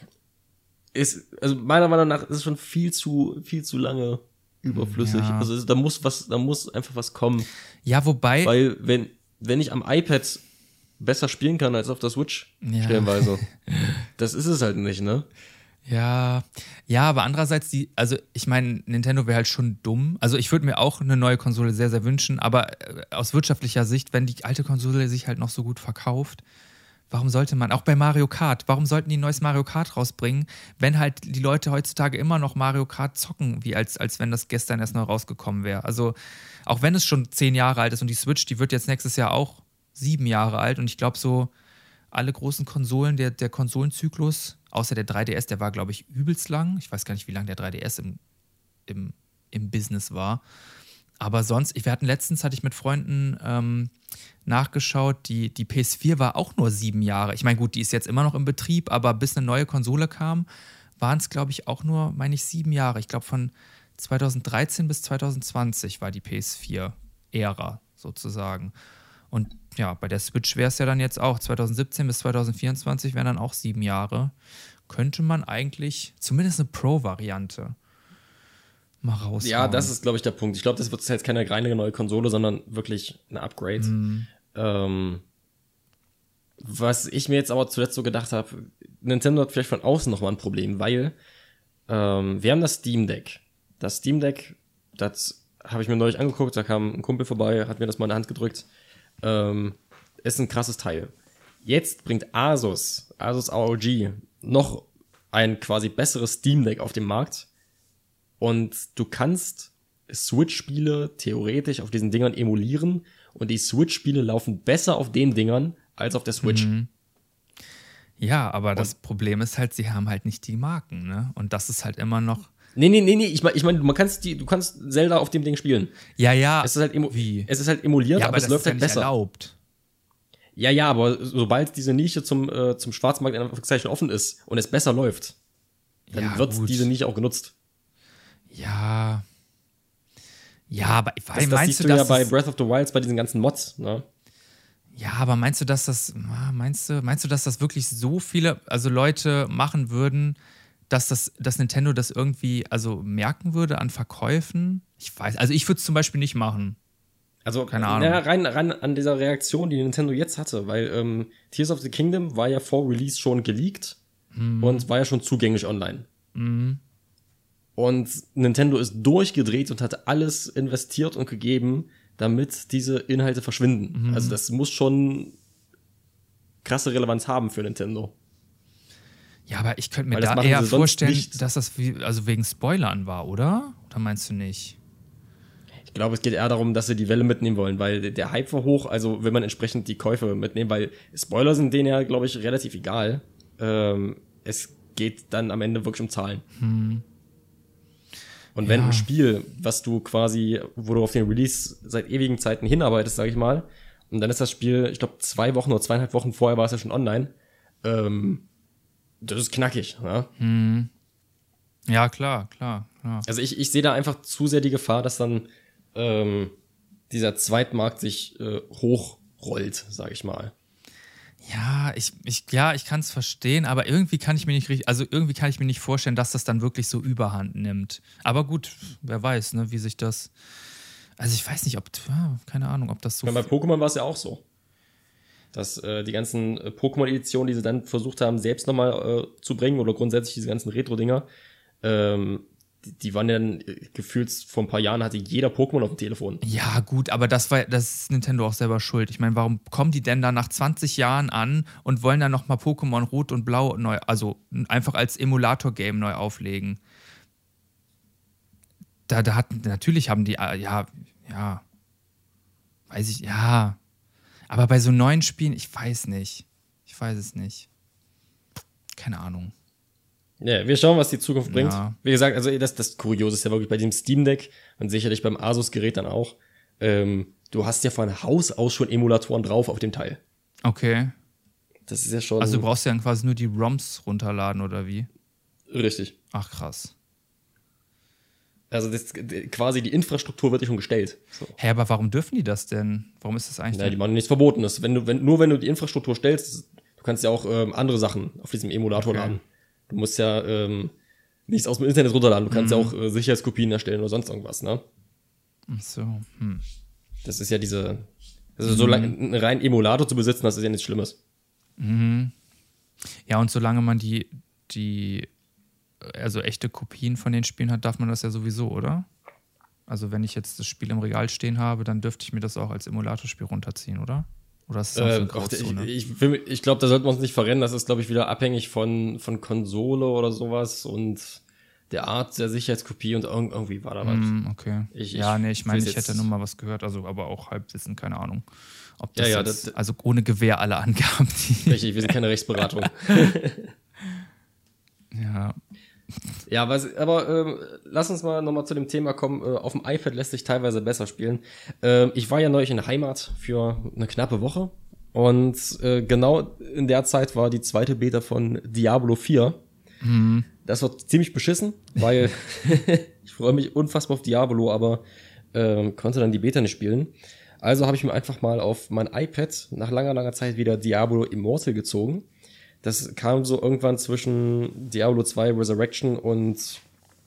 meiner Meinung nach ist es schon viel zu lange überflüssig. Ja. Also da muss einfach was kommen. Ja, wobei. Weil wenn ich am iPad besser spielen kann als auf der Switch, stellenweise, das ist es halt nicht, ne? Ja, aber andererseits, also ich meine, Nintendo wäre halt schon dumm. Also ich würde mir auch eine neue Konsole sehr, sehr wünschen, aber aus wirtschaftlicher Sicht, wenn die alte Konsole sich halt noch so gut verkauft, warum sollte man, auch bei Mario Kart, warum sollten die ein neues Mario Kart rausbringen, wenn halt die Leute heutzutage immer noch Mario Kart zocken, wie als wenn das gestern erst neu rausgekommen wäre. Also auch wenn es schon 10 Jahre alt ist und die Switch, die wird jetzt nächstes Jahr auch 7 Jahre alt und ich glaube so alle großen Konsolen, der Konsolenzyklus, außer der 3DS, der war glaube ich übelst lang. Ich weiß gar nicht, wie lange der 3DS im Business war. Aber sonst, hatte ich mit Freunden nachgeschaut, die PS4 war auch nur 7 Jahre. Ich meine, gut, die ist jetzt immer noch im Betrieb, aber bis eine neue Konsole kam, waren es, glaube ich, auch nur, 7 Jahre. Ich glaube, von 2013 bis 2020 war die PS4-Ära sozusagen. Und ja, bei der Switch wäre es ja dann jetzt auch 2017 bis 2024 wären dann auch 7 Jahre. Könnte man eigentlich zumindest eine Pro-Variante mal raushauen. Ja, das ist, glaube ich, der Punkt. Ich glaube, das wird jetzt keine reine neue Konsole, sondern wirklich ein Upgrade. Was ich mir jetzt aber zuletzt so gedacht habe, Nintendo hat vielleicht von außen nochmal ein Problem, weil wir haben das Steam Deck. Das Steam Deck, das habe ich mir neulich angeguckt, da kam ein Kumpel vorbei, hat mir das mal in die Hand gedrückt. Ist ein krasses Teil. Jetzt bringt Asus ROG, noch ein quasi besseres Steam Deck auf den Markt. Und du kannst Switch-Spiele theoretisch auf diesen Dingern emulieren und die Switch-Spiele laufen besser auf den Dingern als auf der Switch. Ja, aber das Problem ist halt, sie haben halt nicht die Marken, ne? Und das ist halt immer noch. Nee. Ich meine, du kannst Zelda auf dem Ding spielen. Ja. Es ist halt Wie? Es ist halt emuliert, Ja, aber es läuft halt besser. Erlaubt. Ja, aber sobald diese Nische zum Schwarzmarkt in Anführungszeichen offen ist und es besser läuft, dann wird diese Nische auch genutzt. Ja, aber das siehst du ja bei Breath of the Wild bei diesen ganzen Mods, ne? Ja, aber meinst du, dass das wirklich so viele, also Leute machen würden, dass Nintendo das irgendwie also merken würde an Verkäufen? Ich weiß, also ich würde es zum Beispiel nicht machen. Also, keine Ahnung. Ja, rein an dieser Reaktion, die Nintendo jetzt hatte, weil Tears of the Kingdom war ja vor Release schon geleakt und war ja schon zugänglich online. Und Nintendo ist durchgedreht und hat alles investiert und gegeben, damit diese Inhalte verschwinden. Also das muss schon krasse Relevanz haben für Nintendo. Ja, aber ich könnte mir Weil das da machen eher sie sonst vorstellen, nicht. dass das also wegen Spoilern war, oder? Oder meinst du nicht? Ich glaube, es geht eher darum, dass sie die Welle mitnehmen wollen, weil der Hype war hoch, also will man entsprechend die Käufe mitnehmen, weil Spoiler sind denen ja, glaube ich, relativ egal. Es geht dann am Ende wirklich um Zahlen. Und wenn ein Spiel, was du quasi, wo du auf den Release seit ewigen Zeiten hinarbeitest, sag ich mal, und dann ist das Spiel, ich glaube, 2 Wochen oder 2,5 Wochen vorher war es ja schon online, das ist knackig, ne? Ja, klar. Also ich sehe da einfach zu sehr die Gefahr, dass dann dieser Zweitmarkt sich hochrollt, sag ich mal. Ja, ich kann es verstehen, aber irgendwie kann ich mir nicht vorstellen, dass das dann wirklich so Überhand nimmt. Aber gut, wer weiß, ne, wie sich das. Also ich weiß nicht, keine Ahnung, ob das so. Ich meine, bei Pokémon war es ja auch so. Dass die ganzen Pokémon-Editionen, die sie dann versucht haben, selbst nochmal zu bringen, oder grundsätzlich diese ganzen Retro-Dinger, die waren dann gefühlt vor ein paar Jahren hatte jeder Pokémon auf dem Telefon. Ja, gut, aber das ist Nintendo auch selber schuld. Ich meine, warum kommen die denn da nach 20 Jahren an und wollen dann nochmal Pokémon Rot und Blau neu, also einfach als Emulator-Game neu auflegen? Natürlich haben die, ja, weiß ich, ja. Aber bei so neuen Spielen, ich weiß es nicht. Keine Ahnung. Ja, wir schauen, was die Zukunft bringt. Ja. Wie gesagt, also das Kuriose ist ja wirklich bei dem Steam Deck und sicherlich beim Asus-Gerät dann auch. Du hast ja von Haus aus schon Emulatoren drauf auf dem Teil. Okay. Das ist ja schon. Also du brauchst ja dann quasi nur die ROMs runterladen, oder wie? Richtig. Ach, krass. Also quasi die Infrastruktur wird dir schon gestellt. So. Hä, aber warum dürfen die das denn? Warum ist das eigentlich Naja, die machen nichts Verbotenes. Nur wenn du die Infrastruktur stellst, du kannst ja auch andere Sachen auf diesem Emulator laden. Du musst ja nichts aus dem Internet runterladen. Du kannst ja auch Sicherheitskopien erstellen oder sonst irgendwas, ne? Ach so. Das ist ja also so lange einen reinen Emulator zu besitzen, das ist ja nichts Schlimmes. Ja, und solange man also echte Kopien von den Spielen hat, darf man das ja sowieso, oder? Also wenn ich jetzt das Spiel im Regal stehen habe, dann dürfte ich mir das auch als Emulatorspiel runterziehen, oder? Oder ist das so eine Grauzone? Ich glaube, da sollten wir uns nicht verrennen. Das ist, glaube ich, wieder abhängig von Konsole oder sowas und der Art der Sicherheitskopie und irgendwie war da was. Okay. Ich hätte nur mal was gehört, also aber auch Halbwissen, keine Ahnung. Ob das also ohne Gewähr alle Angaben. Richtig, wir sind keine Rechtsberatung. Ja. Ja, lass uns mal nochmal zu dem Thema kommen. Auf dem iPad lässt sich teilweise besser spielen. Ich war ja neulich in der Heimat für eine knappe Woche und genau in der Zeit war die zweite Beta von Diablo 4. Das war ziemlich beschissen, weil ich freue mich unfassbar auf Diablo, aber konnte dann die Beta nicht spielen. Also habe ich mir einfach mal auf mein iPad nach langer Zeit wieder Diablo Immortal gezogen. Das kam so irgendwann zwischen Diablo 2 Resurrection und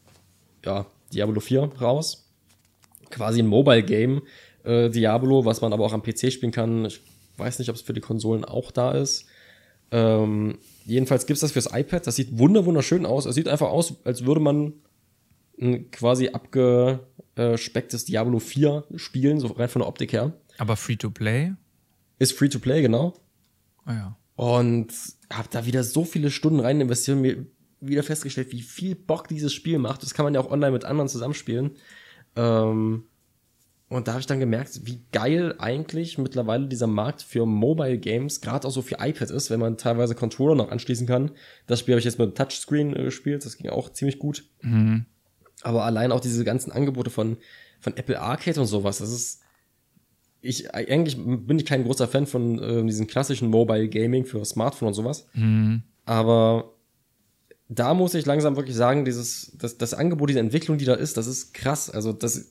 Diablo 4 raus. Quasi ein Mobile-Game, Diablo, was man aber auch am PC spielen kann. Ich weiß nicht, ob es für die Konsolen auch da ist. Jedenfalls gibt's das fürs iPad. Das sieht wunderschön aus. Es sieht einfach aus, als würde man ein quasi abgespecktes Diablo 4 spielen, so rein von der Optik her. Aber Free-to-Play? Ist Free-to-Play, genau. Ah ja. Und habe da wieder so viele Stunden rein investiert und mir wieder festgestellt, wie viel Bock dieses Spiel macht. Das kann man ja auch online mit anderen zusammenspielen. Und da habe ich dann gemerkt, wie geil eigentlich mittlerweile dieser Markt für Mobile Games, gerade auch so für iPad ist, wenn man teilweise Controller noch anschließen kann. Das Spiel habe ich jetzt mit Touchscreen gespielt, das ging auch ziemlich gut. Aber allein auch diese ganzen Angebote von Apple Arcade und sowas, das ist eigentlich bin ich kein großer Fan von diesem klassischen Mobile Gaming für Smartphone und sowas. Aber da muss ich langsam wirklich sagen, das Angebot, diese Entwicklung, die da ist, das ist krass. Also, dass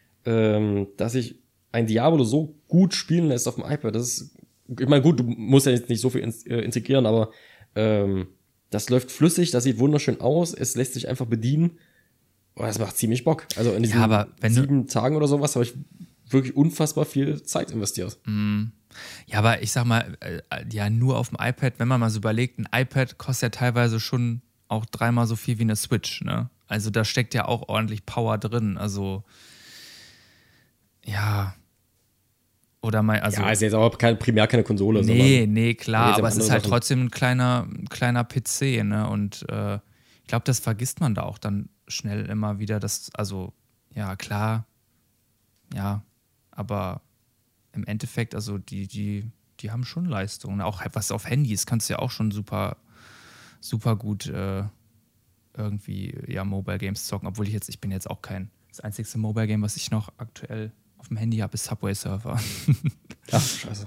ich ein Diablo so gut spielen lässt auf dem iPad, das ist, ich meine, gut, du musst ja jetzt nicht so viel integrieren, aber das läuft flüssig, das sieht wunderschön aus, es lässt sich einfach bedienen. Und das macht ziemlich Bock. Also in diesen 7 Tagen oder sowas habe ich wirklich unfassbar viel Zeit investiert. Ja, aber ich sag mal, nur auf dem iPad, wenn man mal so überlegt, ein iPad kostet ja teilweise schon auch 3-mal so viel wie eine Switch, ne? Also da steckt ja auch ordentlich Power drin. Also ja, Oder also. Ja, ist jetzt aber primär keine Konsole. Nee, klar, aber es ist halt Sachen. trotzdem ein kleiner PC, ne? Und ich glaube, das vergisst man da auch dann schnell immer wieder. Also, ja, klar, ja, aber im Endeffekt, also die haben schon Leistung. Auch was auf Handys kannst du ja auch schon super gut irgendwie Mobile Games zocken, obwohl ich bin jetzt auch das einzigste Mobile Game, was ich noch aktuell auf dem Handy habe, ist Subway Surfer. Ach, scheiße.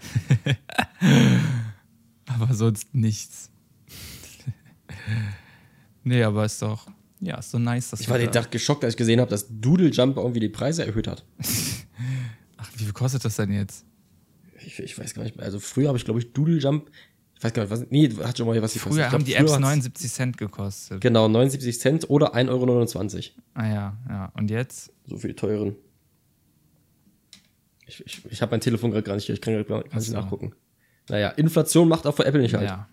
Aber sonst nichts. Nee, aber ist doch so nice, dass Ich war den Tag geschockt, als ich gesehen habe, dass Doodle Jump irgendwie die Preise erhöht hat. Ach, wie viel kostet das denn jetzt? Ich weiß gar nicht mehr. Also früher habe ich, glaube ich, Doodle Jump, ich weiß gar nicht, was, nee, hat schon mal was gekostet. Früher haben die Apps 79 Cent gekostet. Genau, 79 Cent oder 1,29 €. Ah ja. Und jetzt? So viel teuren. Ich habe mein Telefon gerade gar nicht hier, ich kann nicht nachgucken. Naja, Inflation macht auch für Apple nicht halt. Ja.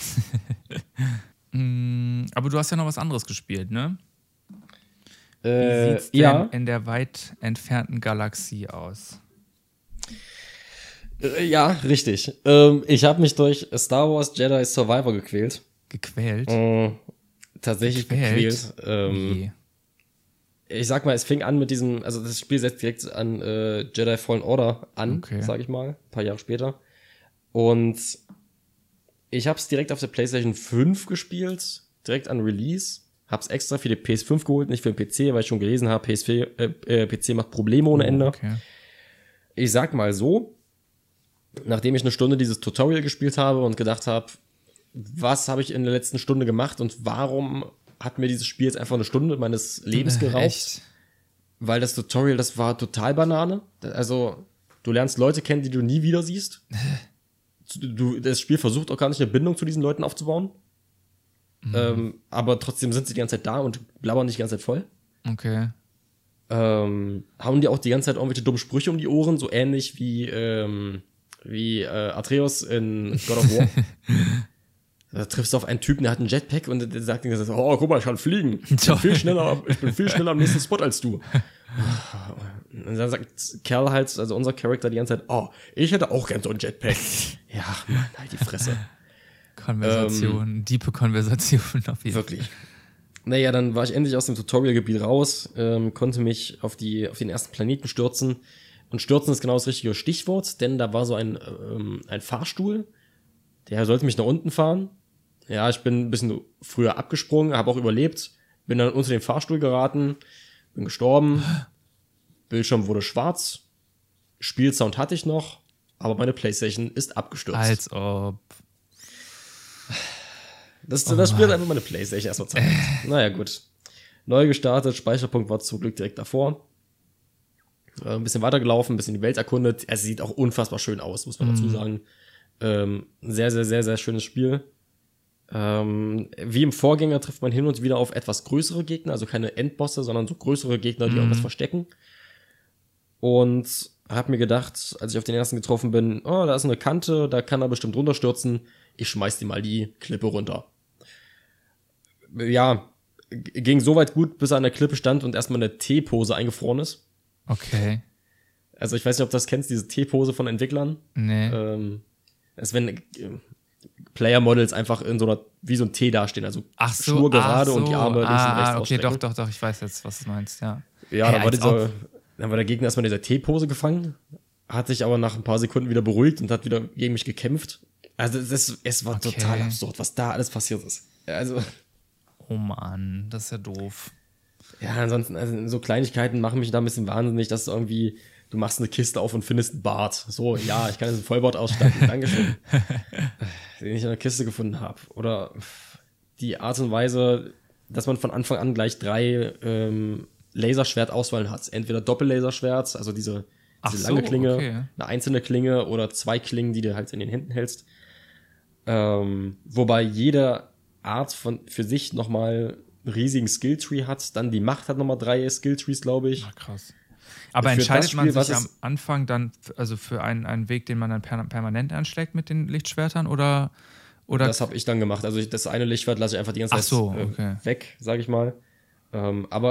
Aber du hast ja noch was anderes gespielt, ne? Wie sieht's denn in der weit entfernten Galaxie aus? Ja, richtig. Ich habe mich durch Star Wars Jedi Survivor gequält. Gequält? Tatsächlich gequält. Ich sag mal, es fing an mit diesem, also das Spiel setzt direkt an Jedi Fallen Order an, sag ich mal, ein paar Jahre später. Und ich habe es direkt auf der PlayStation 5 gespielt, direkt an Release. Hab's extra für die PS5 geholt, nicht für den PC, weil ich schon gelesen habe, PC macht Probleme ohne Ende. Okay. Ich sag mal so, nachdem ich eine Stunde dieses Tutorial gespielt habe und gedacht habe, was habe ich in der letzten Stunde gemacht und warum hat mir dieses Spiel jetzt einfach eine Stunde meines Lebens geraubt? Echt? Weil das Tutorial, das war total Banane. Also, du lernst Leute kennen, die du nie wieder siehst. Das Spiel versucht auch gar nicht eine Bindung zu diesen Leuten aufzubauen. Aber trotzdem sind sie die ganze Zeit da und blabbern dich die ganze Zeit voll. Okay. Hauen dir auch die ganze Zeit irgendwelche dummen Sprüche um die Ohren, so ähnlich wie Atreus in God of War. Da triffst du auf einen Typen, der hat einen Jetpack und der sagt dir, oh, guck mal, ich kann fliegen. Ich bin viel schneller am nächsten Spot als du. Und dann sagt Kerl halt, also unser Charakter die ganze Zeit, oh, ich hätte auch gern so einen Jetpack. Ja, Mann, halt die Fresse. Diepe Konversation auf jeden Fall. Wirklich. Naja, dann war ich endlich aus dem Tutorial-Gebiet raus, konnte mich auf den ersten Planeten stürzen. Und stürzen ist genau das richtige Stichwort, denn da war so ein Fahrstuhl, der sollte mich nach unten fahren. Ja, ich bin ein bisschen früher abgesprungen, habe auch überlebt, bin dann unter den Fahrstuhl geraten, bin gestorben, Bildschirm wurde schwarz, Spielsound hatte ich noch, aber meine PlayStation ist abgestürzt. Als ob. Das Spiel hat einfach meine PlayStation erstmal Zeit. Naja, gut. Neu gestartet, Speicherpunkt war zum Glück direkt davor. Ein bisschen weitergelaufen, ein bisschen die Welt erkundet. Es sieht auch unfassbar schön aus, muss man dazu sagen. Sehr, sehr, sehr, sehr schönes Spiel. Wie im Vorgänger trifft man hin und wieder auf etwas größere Gegner, also keine Endbosse, sondern so größere Gegner, die irgendwas verstecken. Und habe mir gedacht, als ich auf den ersten getroffen bin, oh, da ist eine Kante, da kann er bestimmt runterstürzen. Ich schmeiß dir mal die Klippe runter. Ja, ging soweit gut, bis er an der Klippe stand und erstmal eine T-Pose eingefroren ist. Okay. Also ich weiß nicht, ob du das kennst, diese T-Pose von Entwicklern. Nee. Es wenn Player-Models einfach in so einer, wie so ein T dastehen, also schnurgerade und die Arme links und rechts okay, ausstrecken. doch, ich weiß jetzt, was du meinst, ja. Ja, dann war der Gegner erstmal in dieser T-Pose gefangen, hat sich aber nach ein paar Sekunden wieder beruhigt und hat wieder gegen mich gekämpft. Also es war total absurd, was da alles passiert ist. Also, oh Mann, das ist ja doof. Ja, ansonsten, also so Kleinigkeiten machen mich da ein bisschen wahnsinnig, dass irgendwie, du machst eine Kiste auf und findest einen Bart. So, ja, ich kann jetzt einen Vollbart ausstatten, Dankeschön. Den ich in der Kiste gefunden habe. Oder die Art und Weise, dass man von Anfang an gleich 3 Laserschwert-Auswahlen hat. Entweder Doppellaserschwert, also diese lange Klinge, eine einzelne Klinge oder 2 Klingen, die du halt in den Händen hältst. Wobei jede Art für sich nochmal einen riesigen Skilltree hat. Dann die Macht hat nochmal 3 Skilltrees, glaube ich. Ach, krass. Aber entscheidet man sich am Anfang dann also für einen Weg, den man dann permanent anschlägt mit den Lichtschwertern oder? Das habe ich dann gemacht. Also das eine Lichtschwert lasse ich einfach die ganze Zeit weg, sage ich mal. Aber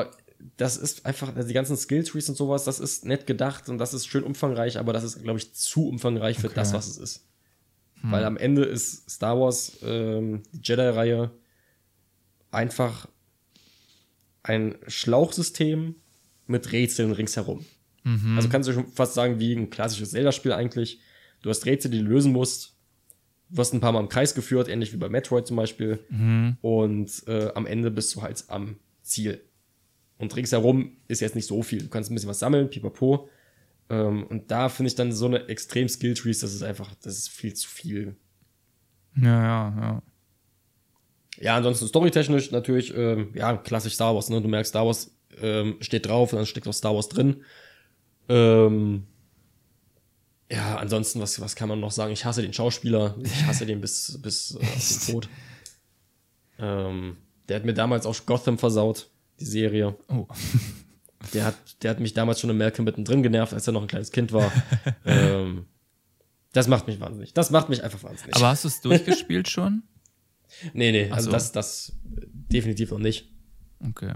das ist einfach, also die ganzen Skill-Trees und sowas, das ist nett gedacht und das ist schön umfangreich, aber das ist, glaube ich, zu umfangreich für das, was es ist. Weil am Ende ist Star Wars, die Jedi-Reihe, einfach ein Schlauchsystem mit Rätseln ringsherum. Also kannst du schon fast sagen, wie ein klassisches Zelda-Spiel eigentlich. Du hast Rätsel, die du lösen musst. Du wirst ein paar Mal im Kreis geführt, ähnlich wie bei Metroid zum Beispiel. Und am Ende bist du halt am Ziel. Und ringsherum ist jetzt nicht so viel. Du kannst ein bisschen was sammeln, pipapo. Und da finde ich dann so eine extrem Skill-Trees, das ist viel zu viel. Ja. Ja, ansonsten storytechnisch natürlich, klassisch Star Wars, ne? Du merkst, Star Wars steht drauf und dann steckt auch Star Wars drin. Ansonsten, was kann man noch sagen? Ich hasse den Schauspieler. Ich hasse den bis zum Tod. Der hat mir damals auch Gotham versaut, die Serie. Oh. Der hat mich damals schon in Malcolm mittendrin genervt, als er noch ein kleines Kind war. Das macht mich wahnsinnig. Das macht mich einfach wahnsinnig. Aber hast du es durchgespielt schon? Nee, Ach also so. das definitiv noch nicht. Okay.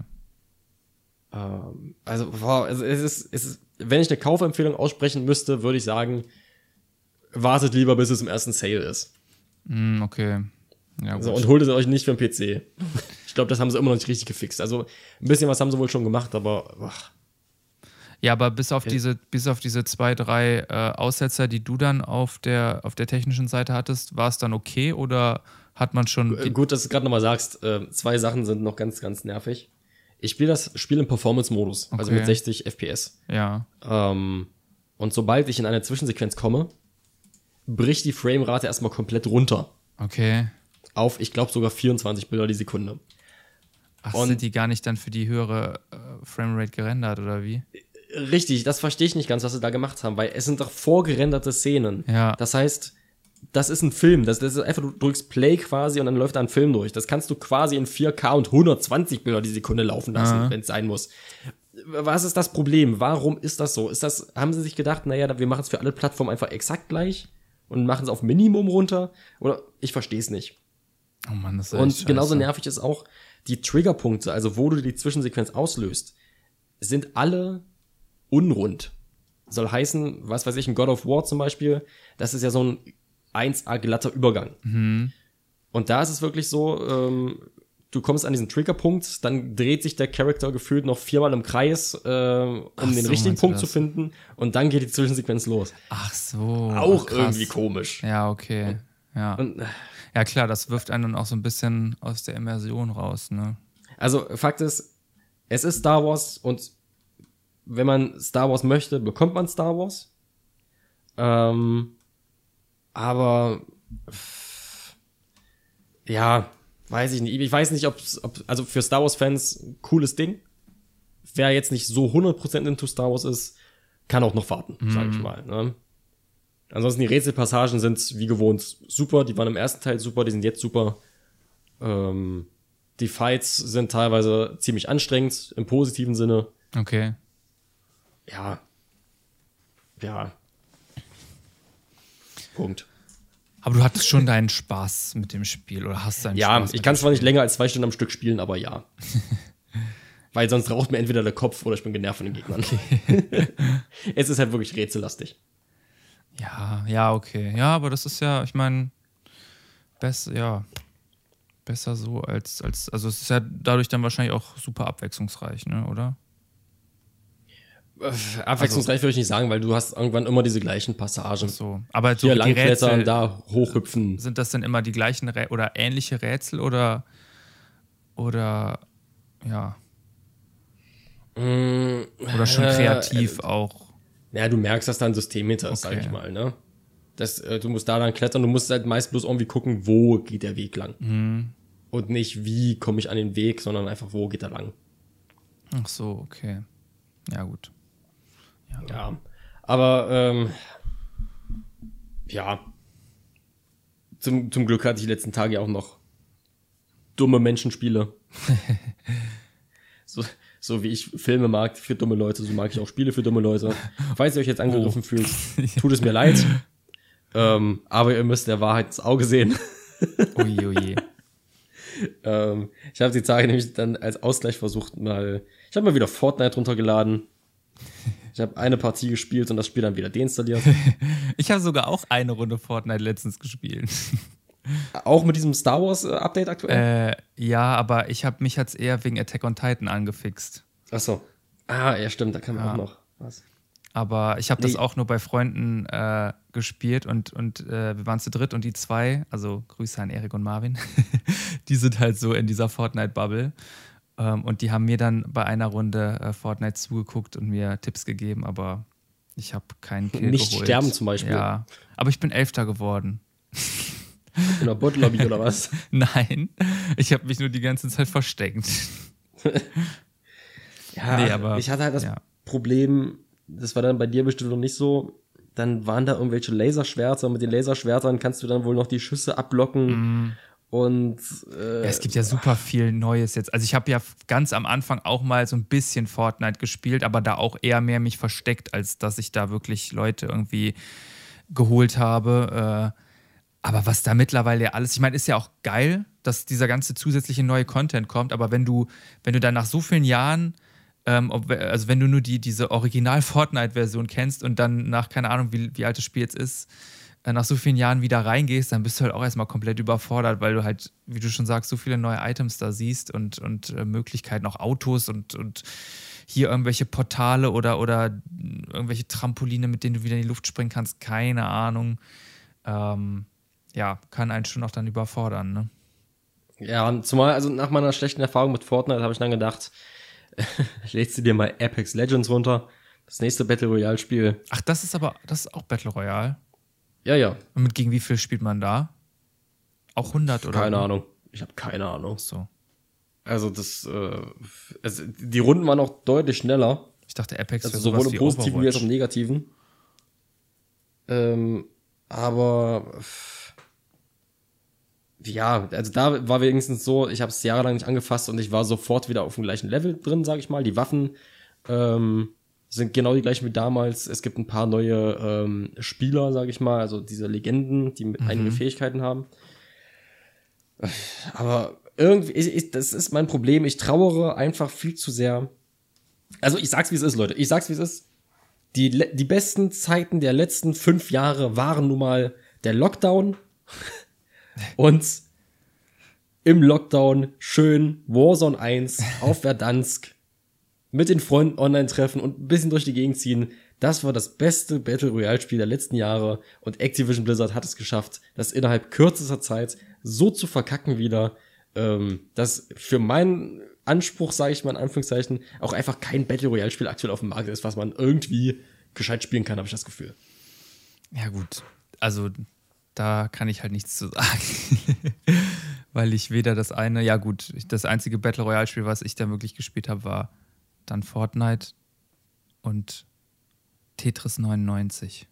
Es ist, wenn ich eine Kaufempfehlung aussprechen müsste, würde ich sagen, wartet lieber, bis es im ersten Sale ist. Okay. Ja, gut. So, und holt es euch nicht für den PC. Ich glaube, das haben sie immer noch nicht richtig gefixt. Also ein bisschen was haben sie wohl schon gemacht, aber Ja, aber bis auf diese 2, 3 Aussetzer, die du dann auf der technischen Seite hattest, war es dann okay oder hat man schon... Gut, dass du gerade nochmal sagst, 2 Sachen sind noch ganz, ganz nervig. Ich spiele das Spiel im Performance-Modus, also mit 60 FPS. Ja. Und sobald ich in eine Zwischensequenz komme, bricht die Framerate erstmal komplett runter. Okay. Auf, ich glaube, sogar 24 Bilder die Sekunde. Ach, Und- sind die gar nicht dann für die höhere Framerate gerendert oder wie? Richtig, das verstehe ich nicht ganz, was sie da gemacht haben, weil es sind doch vorgerenderte Szenen. Ja. Das heißt, das ist ein Film. Das ist einfach, du drückst Play quasi und dann läuft da ein Film durch. Das kannst du quasi in 4K und 120 Bilder die Sekunde laufen lassen, wenn es sein muss. Was ist das Problem? Warum ist das so? Haben sie sich gedacht, naja, wir machen es für alle Plattformen einfach exakt gleich und machen es auf Minimum runter? Oder ich verstehe es nicht. Oh Mann, das ist echt Und genauso scheiße. nervig ist auch die Triggerpunkte, also wo du die Zwischensequenz auslöst, sind alle unrund. Soll heißen, was weiß ich, in God of War zum Beispiel, das ist ja so ein 1A glatter Übergang. Und da ist es wirklich so, du kommst an diesen Triggerpunkt, dann dreht sich der Charakter gefühlt noch 4-mal im Kreis, um den so, richtigen meinst du Punkt zu das? finden und dann geht die Zwischensequenz los. Ach so. Auch krass. irgendwie komisch. Ja, okay. Ja. Und, Ja, klar, das wirft einen dann auch so ein bisschen aus der Immersion raus, ne? also Fakt ist, es ist Star Wars und wenn man Star Wars möchte, bekommt man Star Wars. Aber ja, weiß ich nicht. Ich weiß nicht, also für Star Wars-Fans ein cooles Ding. Wer jetzt nicht so 100% into Star Wars ist, kann auch noch warten, sage ich mal. Ne? Ansonsten die Rätselpassagen sind wie gewohnt super. Die waren im ersten Teil super, die sind jetzt super. Die Fights sind teilweise ziemlich anstrengend, im positiven Sinne. Okay. Ja. Punkt. Aber du hattest schon deinen Spaß mit dem Spiel oder hast deinen Ja, Spaß ich mit kann dem zwar nicht Spiel? länger als 2 Stunden am Stück spielen, aber ja. Weil sonst raucht mir entweder der Kopf oder ich bin genervt von den Gegnern. Es ist halt wirklich rätsellastig. Ja, okay. Ja, aber das ist ja, ich meine, besser so als, also es ist ja dadurch dann wahrscheinlich auch super abwechslungsreich, ne, oder? Abwechslungsreich würde ich nicht sagen, weil du hast irgendwann immer diese gleichen Passagen. So. Aber so Hier die langklettern, Rätsel, da hochhüpfen. sind das denn immer die gleichen oder ähnliche Rätsel oder ja. Oder schon kreativ auch. Ja, du merkst, dass da ein System hinter ist, Okay. sag ich mal, ne? Du musst da dann klettern, du musst halt meist bloß irgendwie gucken, wo geht der Weg lang. Und nicht, wie komme ich an den Weg, sondern einfach, wo geht er lang. Ach so, okay. Ja, gut. Ja, aber ja, zum Glück hatte ich die letzten Tage ja auch noch dumme Menschenspiele. so wie ich Filme mag für dumme Leute, so mag ich auch Spiele für dumme Leute. Falls ihr euch jetzt angegriffen fühlt, tut es mir leid. Aber ihr müsst der Wahrheit ins Auge sehen. Oje. Ich habe die Tage nämlich dann als Ausgleich versucht ich habe mal wieder Fortnite runtergeladen. Ich habe eine Partie gespielt und das Spiel dann wieder deinstalliert. Ich habe sogar auch eine Runde Fortnite letztens gespielt. Auch mit diesem Star Wars Update aktuell? Ja, aber mich hat's eher wegen Attack on Titan angefixt. Ach so. Ja, stimmt, da kann man auch noch was. Aber ich habe das auch nur bei Freunden gespielt und wir waren zu dritt und die zwei, also Grüße an Erik und Marvin, die sind halt so in dieser Fortnite-Bubble. Und die haben mir dann bei einer Runde Fortnite zugeguckt und mir Tipps gegeben, aber ich habe keinen Kill Nicht geholt. sterben zum Beispiel. Ja, aber ich bin 11. geworden. In der Bot-Lobby oder was? Nein, ich habe mich nur die ganze Zeit versteckt. Ja, nee, aber ich hatte halt das Problem, das war dann bei dir bestimmt noch nicht so, dann waren da irgendwelche Laserschwerter und mit den Laserschwertern kannst du dann wohl noch die Schüsse ablocken und es gibt ja super viel Neues jetzt. Also ich habe ja ganz am Anfang auch mal so ein bisschen Fortnite gespielt, aber da auch eher mehr mich versteckt, als dass ich da wirklich Leute irgendwie geholt habe. Aber was da mittlerweile ja alles, ich meine, ist ja auch geil, dass dieser ganze zusätzliche neue Content kommt, aber wenn du dann nach so vielen Jahren, also wenn du nur diese Original-Fortnite-Version kennst und dann nach, keine Ahnung, wie alt das Spiel jetzt ist, nach so vielen Jahren wieder reingehst, dann bist du halt auch erstmal komplett überfordert, weil du halt, wie du schon sagst, so viele neue Items da siehst und Möglichkeiten, auch Autos und hier irgendwelche Portale oder irgendwelche Trampoline, mit denen du wieder in die Luft springen kannst, keine Ahnung. Ja, kann einen schon auch dann überfordern, ne? Ja, zumal, also nach meiner schlechten Erfahrung mit Fortnite habe ich dann gedacht, lädst du dir mal Apex Legends runter, das nächste Battle Royale Spiel. Ach, das ist auch Battle Royale? Ja. Und gegen wie viel spielt man da? Auch 100 oder? Keine Ahnung. Ich habe keine Ahnung. So. Also die Runden waren auch deutlich schneller. Ich dachte, Apex also sowohl im Positiven wie auch im Negativen. Aber ja, also da war wenigstens so, ich habe es jahrelang nicht angefasst und ich war sofort wieder auf dem gleichen Level drin, sage ich mal. Die Waffen sind genau die gleichen wie damals. Es gibt ein paar neue Spieler, sage ich mal, also diese Legenden, die einige Fähigkeiten haben. Aber irgendwie, das ist mein Problem. Ich trauere einfach viel zu sehr. Also ich sag's, wie es ist, Leute. Ich sag's, wie es ist. Die besten Zeiten der letzten 5 Jahre waren nun mal der Lockdown und im Lockdown schön Warzone 1 auf Verdansk mit den Freunden online treffen und ein bisschen durch die Gegend ziehen. Das war das beste Battle Royale Spiel der letzten Jahre und Activision Blizzard hat es geschafft, das innerhalb kürzester Zeit so zu verkacken wieder, dass für meinen Anspruch, sage ich mal in Anführungszeichen, auch einfach kein Battle Royale Spiel aktuell auf dem Markt ist, was man irgendwie gescheit spielen kann, habe ich das Gefühl. Ja gut, also da kann ich halt nichts zu sagen, weil ich weder das eine, ja gut, das einzige Battle Royale Spiel, was ich da wirklich gespielt habe, war dann Fortnite und Tetris 99.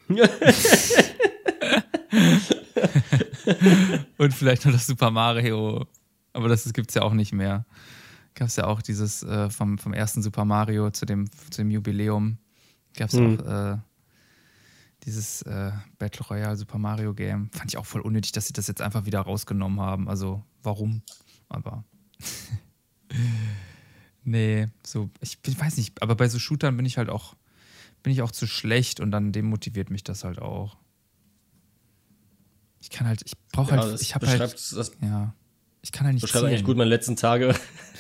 Und vielleicht noch das Super Mario, aber das gibt's ja auch nicht mehr. Gab's ja auch dieses vom ersten Super Mario zu dem Jubiläum, gab's auch dieses Battle Royale Super Mario Game. Fand ich auch voll unnötig, dass sie das jetzt einfach wieder rausgenommen haben. Also warum? Aber nee, so ich weiß nicht, aber bei so Shootern bin ich auch zu schlecht und dann demotiviert mich das halt auch. Ich kann halt, ich brauche halt, ich habe halt, ja, ich kann halt nicht beschreibt eigentlich gut meine letzten Tage.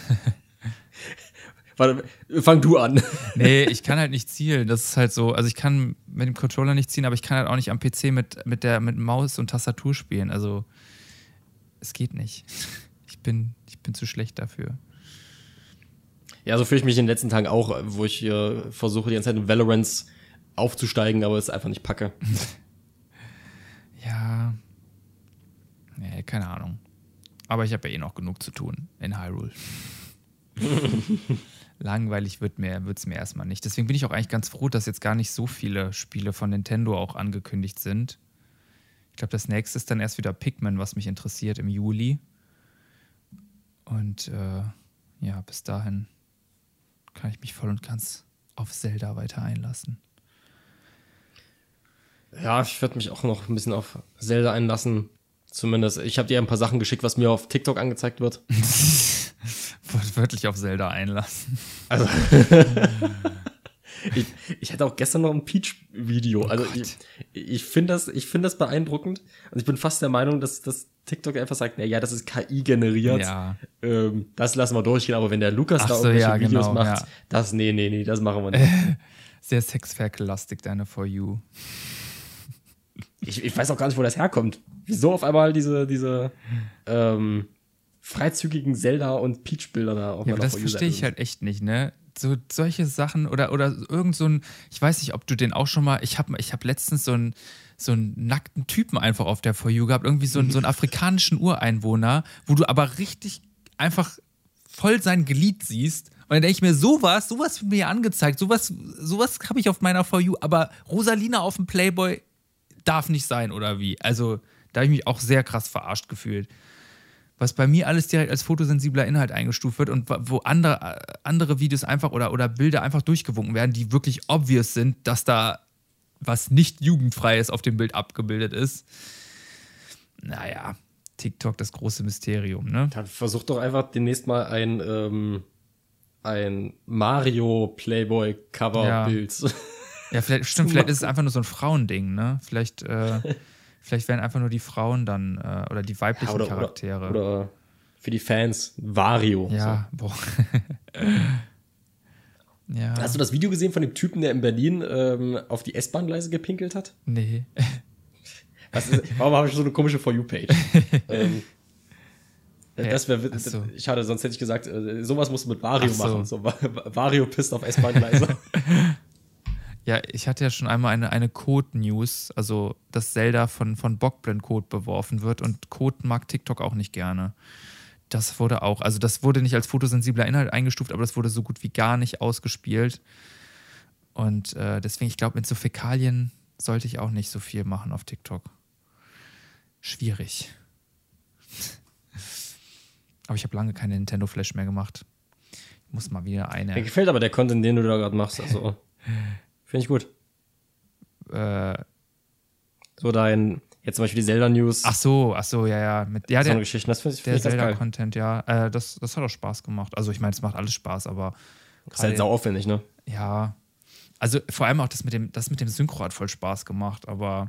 Warte, fang du an. Nee, ich kann halt nicht zielen. Das ist halt so, also ich kann mit dem Controller nicht zielen, aber ich kann halt auch nicht am PC mit Maus und Tastatur spielen. Also es geht nicht. Ich bin zu schlecht dafür. Ja, so fühle ich mich in den letzten Tagen auch, wo ich hier versuche, die ganze Zeit in Valorant aufzusteigen, aber es einfach nicht packe. Ja. Nee, keine Ahnung. Aber ich habe ja eh noch genug zu tun in Hyrule. Langweilig wird's mir erstmal nicht. Deswegen bin ich auch eigentlich ganz froh, dass jetzt gar nicht so viele Spiele von Nintendo auch angekündigt sind. Ich glaube, das nächste ist dann erst wieder Pikmin, was mich interessiert, im Juli. Und ja, bis dahin kann ich mich voll und ganz auf Zelda weiter einlassen. Ja, ich werde mich auch noch ein bisschen auf Zelda einlassen. Zumindest, ich habe dir ein paar Sachen geschickt, was mir auf TikTok angezeigt wird. Wörtlich auf Zelda einlassen. Also, ich hatte auch gestern noch ein Peach-Video. Also, ich finde das beeindruckend. Und ich bin fast der Meinung, dass TikTok einfach sagt, naja, das ist KI generiert. Ja. Das lassen wir durchgehen. Aber wenn der Lukas da irgendwelche Videos macht, nee, das machen wir nicht. Sehr sexferkellastig, deine For You. Ich weiß auch gar nicht, wo das herkommt. Wieso auf einmal diese freizügigen Zelda- und Peach-Bilder da auf meiner For You-Seite. Das verstehe ich halt echt nicht, ne? So solche Sachen oder irgend so ein, ich weiß nicht, ob du den auch schon mal, ich hab letztens so einen nackten Typen einfach auf der For You gehabt, irgendwie so einen afrikanischen Ureinwohner, wo du aber richtig einfach voll sein Glied siehst. Und dann denke ich mir, sowas wird mir angezeigt, sowas habe ich auf meiner For You, aber Rosalina auf dem Playboy darf nicht sein, oder wie? Also, da habe ich mich auch sehr krass verarscht gefühlt. Was bei mir alles direkt als fotosensibler Inhalt eingestuft wird und wo andere Videos einfach oder Bilder einfach durchgewunken werden, die wirklich obvious sind, dass da was nicht jugendfreies auf dem Bild abgebildet ist. Naja, TikTok, das große Mysterium, ne? Dann versuch doch einfach demnächst mal ein Mario-Playboy-Cover-Bild. Ja, vielleicht ist es einfach nur so ein Frauending, ne? Vielleicht werden einfach nur die Frauen dann, oder die weiblichen Charaktere. Oder für die Fans, Wario. Ja, so. Boah. Ja. Hast du das Video gesehen von dem Typen, der in Berlin auf die S-Bahn-Gleise gepinkelt hat? Nee. Warum habe ich so eine komische For You-Page? Das wäre schade, sonst hätte ich gesagt, sowas musst du mit Wario machen. So, Wario pisst auf S-Bahn-Gleise. Ja, ich hatte ja schon einmal eine Code-News, also dass Zelda von Bockblend-Code beworfen wird und Code mag TikTok auch nicht gerne. Das wurde nicht als fotosensibler Inhalt eingestuft, aber das wurde so gut wie gar nicht ausgespielt. Und deswegen, ich glaube, mit so Fäkalien sollte ich auch nicht so viel machen auf TikTok. Schwierig. Aber ich habe lange keine Nintendo Flash mehr gemacht. Ich muss mal wieder eine. Mir gefällt aber der Content, den du da gerade machst. Also, finde ich gut. So jetzt zum Beispiel die Zelda-News. Ach so, ja. So eine Geschichte, das finde ich der Zelda-Content, ja. Das hat auch Spaß gemacht. Also ich meine, es macht alles Spaß, aber das ist halt sau aufwendig, ne? Ja. Also vor allem auch das mit dem Synchro hat voll Spaß gemacht, aber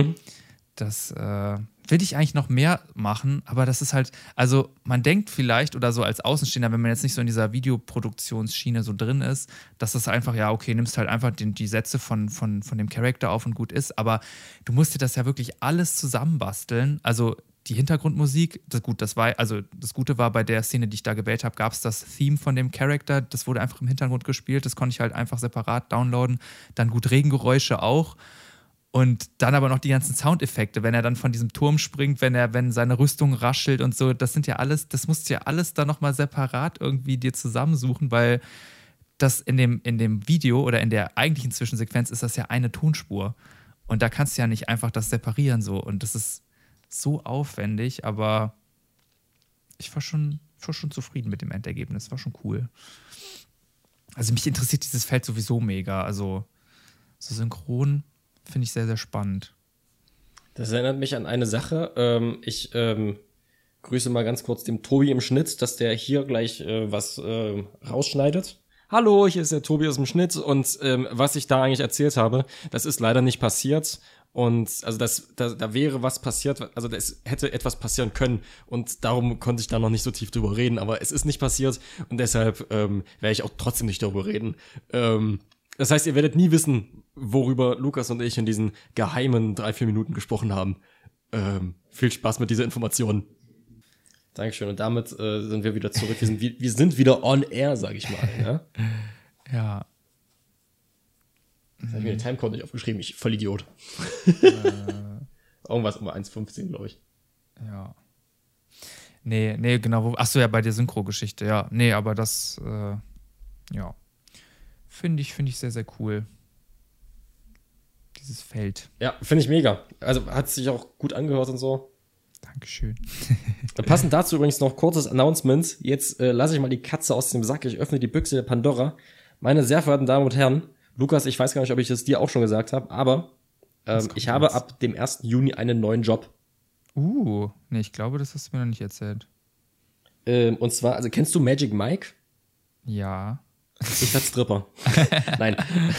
das will ich eigentlich noch mehr machen, aber das ist halt, also man denkt vielleicht oder so als Außenstehender, wenn man jetzt nicht so in dieser Videoproduktionsschiene so drin ist, dass das einfach, ja, okay, nimmst halt einfach die Sätze von dem Charakter auf und gut ist, aber du musst dir das ja wirklich alles zusammenbasteln, also die Hintergrundmusik, das Gute war, bei der Szene, die ich da gewählt habe, gab es das Theme von dem Charakter, das wurde einfach im Hintergrund gespielt, das konnte ich halt einfach separat downloaden, dann gut Regengeräusche auch. Und dann aber noch die ganzen Soundeffekte, wenn er dann von diesem Turm springt, wenn seine Rüstung raschelt und so, das musst du ja alles dann nochmal separat irgendwie dir zusammensuchen, weil das in dem Video oder in der eigentlichen Zwischensequenz ist das ja eine Tonspur. Und da kannst du ja nicht einfach das separieren so. Und das ist so aufwendig, aber ich war schon zufrieden mit dem Endergebnis, war schon cool. Also mich interessiert dieses Feld sowieso mega, also so synchron finde ich sehr, sehr spannend. Das erinnert mich an eine Sache. Ich grüße mal ganz kurz dem Tobi im Schnitt, dass der hier gleich was rausschneidet. Hallo, hier ist der Tobi aus dem Schnitt und was ich da eigentlich erzählt habe, das ist leider nicht passiert. Und also da wäre was passiert, also es hätte etwas passieren können und darum konnte ich da noch nicht so tief drüber reden, aber es ist nicht passiert und deshalb werde ich auch trotzdem nicht darüber reden. Das heißt, ihr werdet nie wissen, worüber Lukas und ich in diesen geheimen 3-4 Minuten gesprochen haben. Viel Spaß mit dieser Information. Dankeschön. Und damit sind wir wieder zurück. Wir sind wieder on air, sag ich mal. Ne? Ja. Jetzt habe ich mir den Timecode nicht aufgeschrieben. Ich voll Idiot. Irgendwas um 1,15, glaube ich. Ja. Nee, genau. Achso, ja, bei der Synchro-Geschichte. Ja, nee, aber das, ja. Finde ich sehr, sehr cool. Dieses Feld. Ja, finde ich mega. Also hat sich auch gut angehört und so. Dankeschön. Passend dazu übrigens noch kurzes Announcement. Jetzt lasse ich mal die Katze aus dem Sack. Ich öffne die Büchse der Pandora. Meine sehr verehrten Damen und Herren, Lukas, ich weiß gar nicht, ob ich das dir auch schon gesagt habe, aber ich habe ab dem 1. Juni einen neuen Job. Nee, ich glaube, das hast du mir noch nicht erzählt. Und zwar, also kennst du Magic Mike? Ja. Ich werde Stripper. Nein.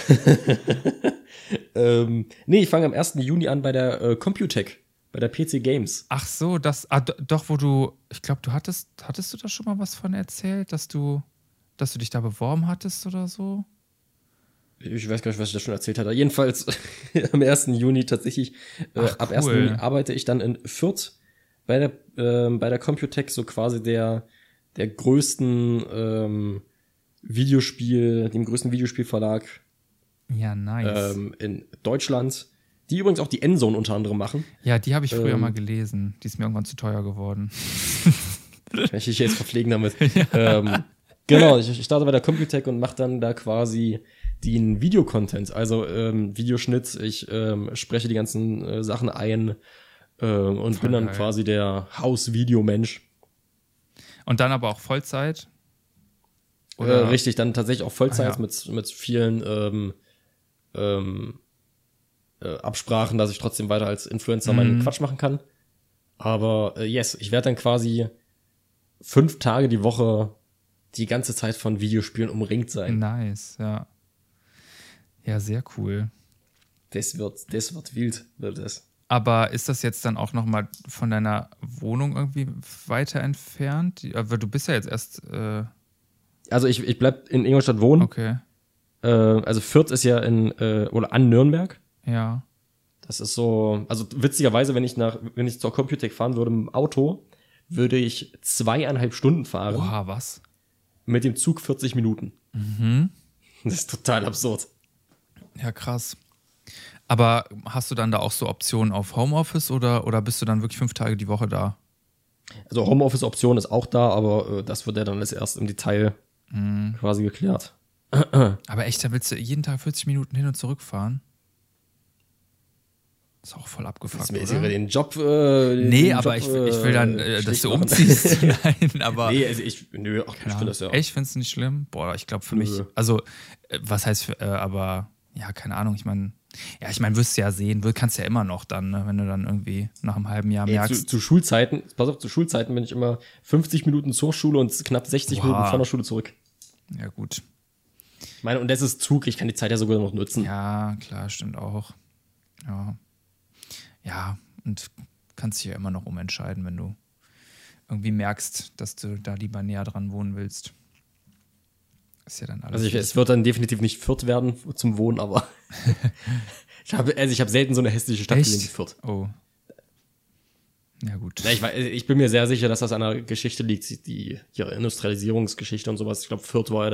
Nee, ich fange am 1. Juni an bei der Computec, bei der PC Games. Ach so, doch, ich glaube, hattest du da schon mal was von erzählt, dass du dich da beworben hattest oder so? Ich weiß gar nicht, was ich da schon erzählt hatte. Jedenfalls am 1. Juni tatsächlich, ab 1. Cool. Juni arbeite ich dann in Fürth bei der Computec, so quasi der größten dem größten Videospielverlag Ja, nice. in Deutschland, die übrigens auch die Endzone unter anderem machen. Ja, die habe ich früher mal gelesen. Die ist mir irgendwann zu teuer geworden. Kann ich dich jetzt verpflegen damit. Genau, ich starte bei der Computec und mache dann da quasi den Videocontent, also Videoschnitt. Ich spreche die ganzen Sachen ein und Voll bin dann geil. quasi der Haus-Video-Mensch. Und dann aber auch Vollzeit? Oder? Richtig, dann tatsächlich auch Vollzeit Ah, ja. mit vielen Absprachen, dass ich trotzdem weiter als Influencer meinen Quatsch machen kann. Aber yes, ich werde dann quasi 5 Tage die Woche die ganze Zeit von Videospielen umringt sein. Nice, ja. Ja, sehr cool. Das wird wild, wird es. Aber ist das jetzt dann auch nochmal von deiner Wohnung irgendwie weiter entfernt? Aber du bist ja jetzt erst, Also ich bleib in Ingolstadt wohnen. okay, Also Fürth ist ja oder an Nürnberg. ja. Das ist so, also witzigerweise, wenn ich zur Computec fahren würde mit dem Auto, würde ich 2,5 Stunden fahren. Oha, was? Mit dem Zug 40 Minuten. Das ist total absurd. Ja, krass. Aber hast du dann da auch so Optionen auf Homeoffice oder bist du dann wirklich 5 Tage die Woche da? Also Homeoffice-Option ist auch da, aber das wird ja dann erst im Detail quasi geklärt. Aber echt, da willst du jeden Tag 40 Minuten hin und zurück fahren? Ist auch voll abgefuckt, Ist mir jetzt oder? über den Job. Nee, aber ich will dann, dass schlecht du machen. umziehst. Nein, aber. Nee, also ich finde das ja. Echt, findest du nicht schlimm? Boah, ich glaube für Nö. mich, also, was heißt, aber, ja, keine Ahnung, ich meine, wirst du ja sehen, kannst ja immer noch dann, ne, wenn du dann irgendwie nach einem halben Jahr Ey, merkst. zu Schulzeiten, pass auf, zu Schulzeiten bin ich immer 50 Minuten zur Schule und knapp 60 Oha. Minuten von der Schule zurück. Ja, gut. Ich meine, und das ist Zug, ich kann die Zeit ja sogar noch nutzen. Ja, klar, stimmt auch. Ja. Ja, und kannst dich ja immer noch umentscheiden, wenn du irgendwie merkst, dass du da lieber näher dran wohnen willst. Ist ja dann alles. Also es wird dann definitiv nicht Fürth werden zum Wohnen, aber ich habe selten so eine hässliche Stadt gesehen wie Echt? Fürth. Oh. Ja, gut. Ja, ich bin mir sehr sicher, dass das an der Geschichte liegt, ihre Industrialisierungsgeschichte und sowas. Ich glaube, Fürth war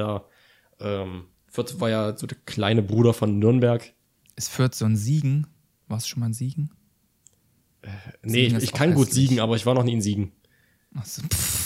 ja so der kleine Bruder von Nürnberg. Ist Fürth so ein Siegen? Warst du schon mal ein Siegen? Nee, Siegen ist ich auch kann gut hässlich. siegen, aber ich war noch nie in Siegen. Achso,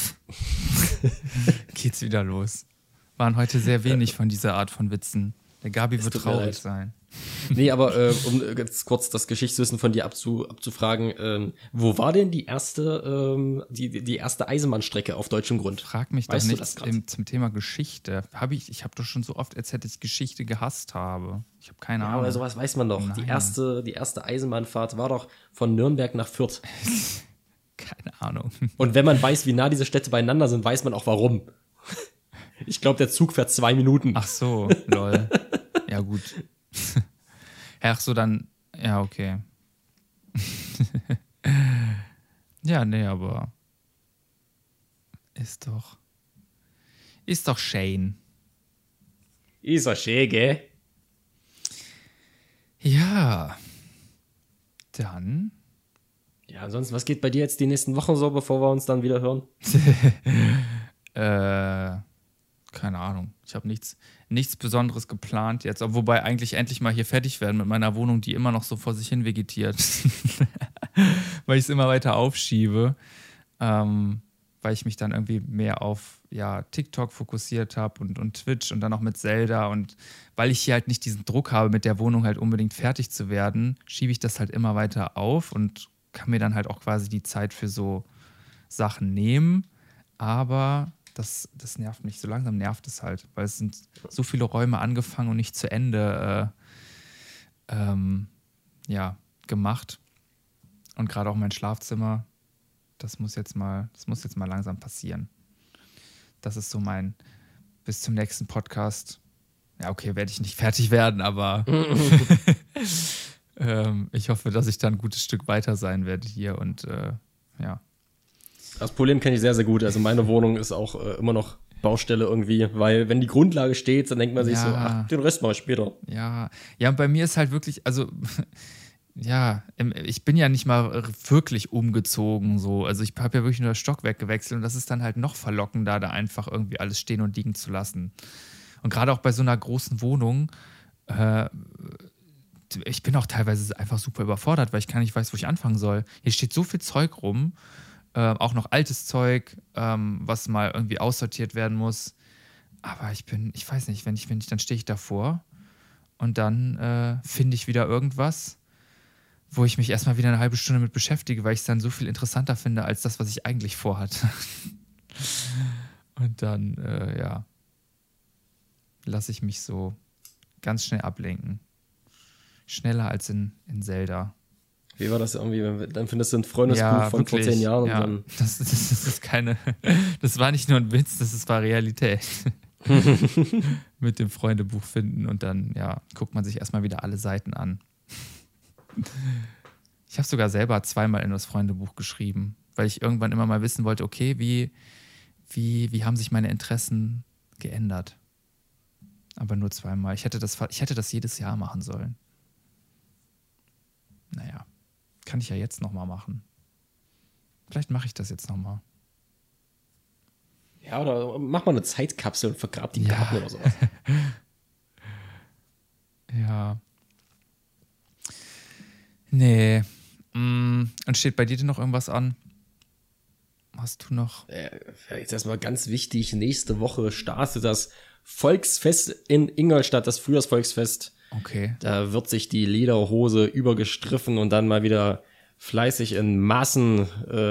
geht's wieder los. Waren heute sehr wenig von dieser Art von Witzen. Der Gabi wird tut mir traurig leid. sein. Nee, aber um ganz kurz das Geschichtswissen von dir abzufragen, wo war denn die erste Eisenbahnstrecke auf deutschem Grund? Frag mich doch Weißt du das nicht grad? zum Thema Geschichte. Ich habe doch schon so oft erzählt, dass ich Geschichte gehasst habe. Ich habe keine Ja, Ahnung. aber sowas weiß man doch. Nein. Die erste Eisenbahnfahrt war doch von Nürnberg nach Fürth. Keine Ahnung. Und wenn man weiß, wie nah diese Städte beieinander sind, weiß man auch warum. Ich glaube, der Zug fährt 2 Minuten. Ach so, lol. Ja, gut. Ach so, dann. Ja, okay. Ja, nee, aber. Ist doch Shane. Ist ja schön, gell? Ja. Dann. Ja, ansonsten, was geht bei dir jetzt die nächsten Wochen so, bevor wir uns dann wieder hören? Keine Ahnung. Ich habe nichts Besonderes geplant jetzt. Wobei eigentlich endlich mal hier fertig werden mit meiner Wohnung, die immer noch so vor sich hin vegetiert. Weil ich es immer weiter aufschiebe. Weil ich mich dann irgendwie mehr auf TikTok fokussiert habe und Twitch und dann auch mit Zelda. Und weil ich hier halt nicht diesen Druck habe, mit der Wohnung halt unbedingt fertig zu werden, schiebe ich das halt immer weiter auf und kann mir dann halt auch quasi die Zeit für so Sachen nehmen. Aber das nervt mich. So langsam nervt es halt, weil es sind so viele Räume angefangen und nicht zu Ende gemacht. Und gerade auch mein Schlafzimmer Das muss jetzt mal langsam passieren. Das ist so bis zum nächsten Podcast. Ja, okay, werde ich nicht fertig werden, aber ich hoffe, dass ich dann ein gutes Stück weiter sein werde hier und ja. Das Problem kenne ich sehr, sehr gut. Also meine Wohnung ist auch immer noch Baustelle irgendwie, weil wenn die Grundlage steht, dann denkt man sich so, ach, den Rest mache ich später. Ja, und bei mir ist halt wirklich, also ja, ich bin ja nicht mal wirklich umgezogen so. Also ich habe ja wirklich nur das Stockwerk gewechselt und das ist dann halt noch verlockender, da einfach irgendwie alles stehen und liegen zu lassen. Und gerade auch bei so einer großen Wohnung, ich bin auch teilweise einfach super überfordert, weil ich gar nicht weiß, wo ich anfangen soll. Hier steht so viel Zeug rum, auch noch altes Zeug, was mal irgendwie aussortiert werden muss. Aber ich weiß nicht, wenn ich dann stehe ich davor und dann finde ich wieder irgendwas, wo ich mich erstmal wieder eine halbe Stunde mit beschäftige, weil ich es dann so viel interessanter finde als das, was ich eigentlich vorhatte. Und dann, ja, lasse ich mich so ganz schnell ablenken. Schneller als in Zelda. Wie war das irgendwie? Dann findest du ein Freundesbuch von vor 10 Jahren. Ja, und dann das ist keine, das war nicht nur ein Witz, das war Realität. Mit dem Freundebuch finden und dann, ja, guckt man sich erstmal wieder alle Seiten an. Ich habe sogar selber 2-mal in das Freundebuch geschrieben, weil ich irgendwann immer mal wissen wollte, okay, wie haben sich meine Interessen geändert? Aber nur 2-mal. Ich hätte das jedes Jahr machen sollen. Naja, kann ich ja jetzt nochmal machen. Vielleicht mache ich das jetzt nochmal. Ja, oder mach mal eine Zeitkapsel und vergrab die Garten oder sowas. Ja. Nee. Und steht bei dir denn noch irgendwas an? Hast du noch? Jetzt erstmal ganz wichtig, nächste Woche startet das Volksfest in Ingolstadt, das Frühjahrsvolksfest. Okay. Da wird sich die Lederhose übergestriffen und dann mal wieder fleißig in Massen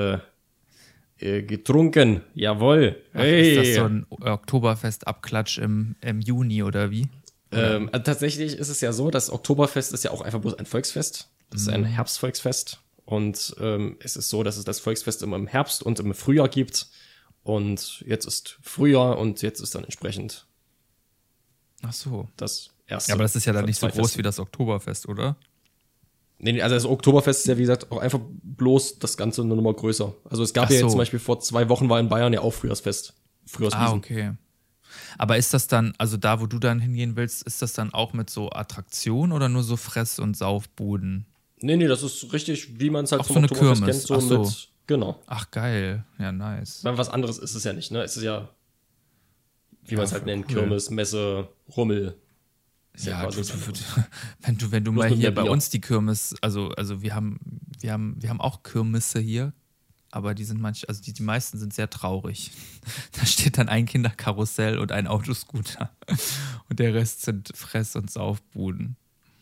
getrunken. Jawohl. Hey. Ist das so ein Oktoberfest-Abklatsch im Juni oder wie? Tatsächlich ist es ja so, das Oktoberfest ist ja auch einfach bloß ein Volksfest. Das ist ein Herbstvolksfest. Und es ist so, dass es das Volksfest immer im Herbst und im Frühjahr gibt. Und jetzt ist Frühjahr und jetzt ist dann entsprechend Ach so. das erste. Ja, aber das ist ja dann nicht so groß Festen. wie das Oktoberfest, oder? Nee, also das Oktoberfest ist ja, wie gesagt, auch einfach bloß das Ganze eine Nummer größer. Also es gab Ach ja jetzt so. zum Beispiel vor 2 Wochen war in Bayern ja auch Frühjahrsfest. Frühjahrswiesen. Okay. Aber ist das dann, also da, wo du dann hingehen willst, ist das dann auch mit so Attraktionen oder nur so Fress- und Saufbuden? Nee, das ist richtig, wie man es halt Auch vom so eine Oktoberfest Kirmes. kennt. So Ach so. mit, genau. Ach, geil. Ja, nice. Weil was anderes ist es ja nicht, ne? Es ist ja, wie man es halt voll nennt, cool. Kirmes, Messe, Rummel. Ist Ja, quasi das andere. wenn du mal mit hier mehr bei Bier. uns die Kirmes, also wir haben auch Kirmesse hier, aber die sind also die meisten sind sehr traurig. Da steht dann ein Kinderkarussell und ein Autoscooter und der Rest sind Fress- und Saufbuden.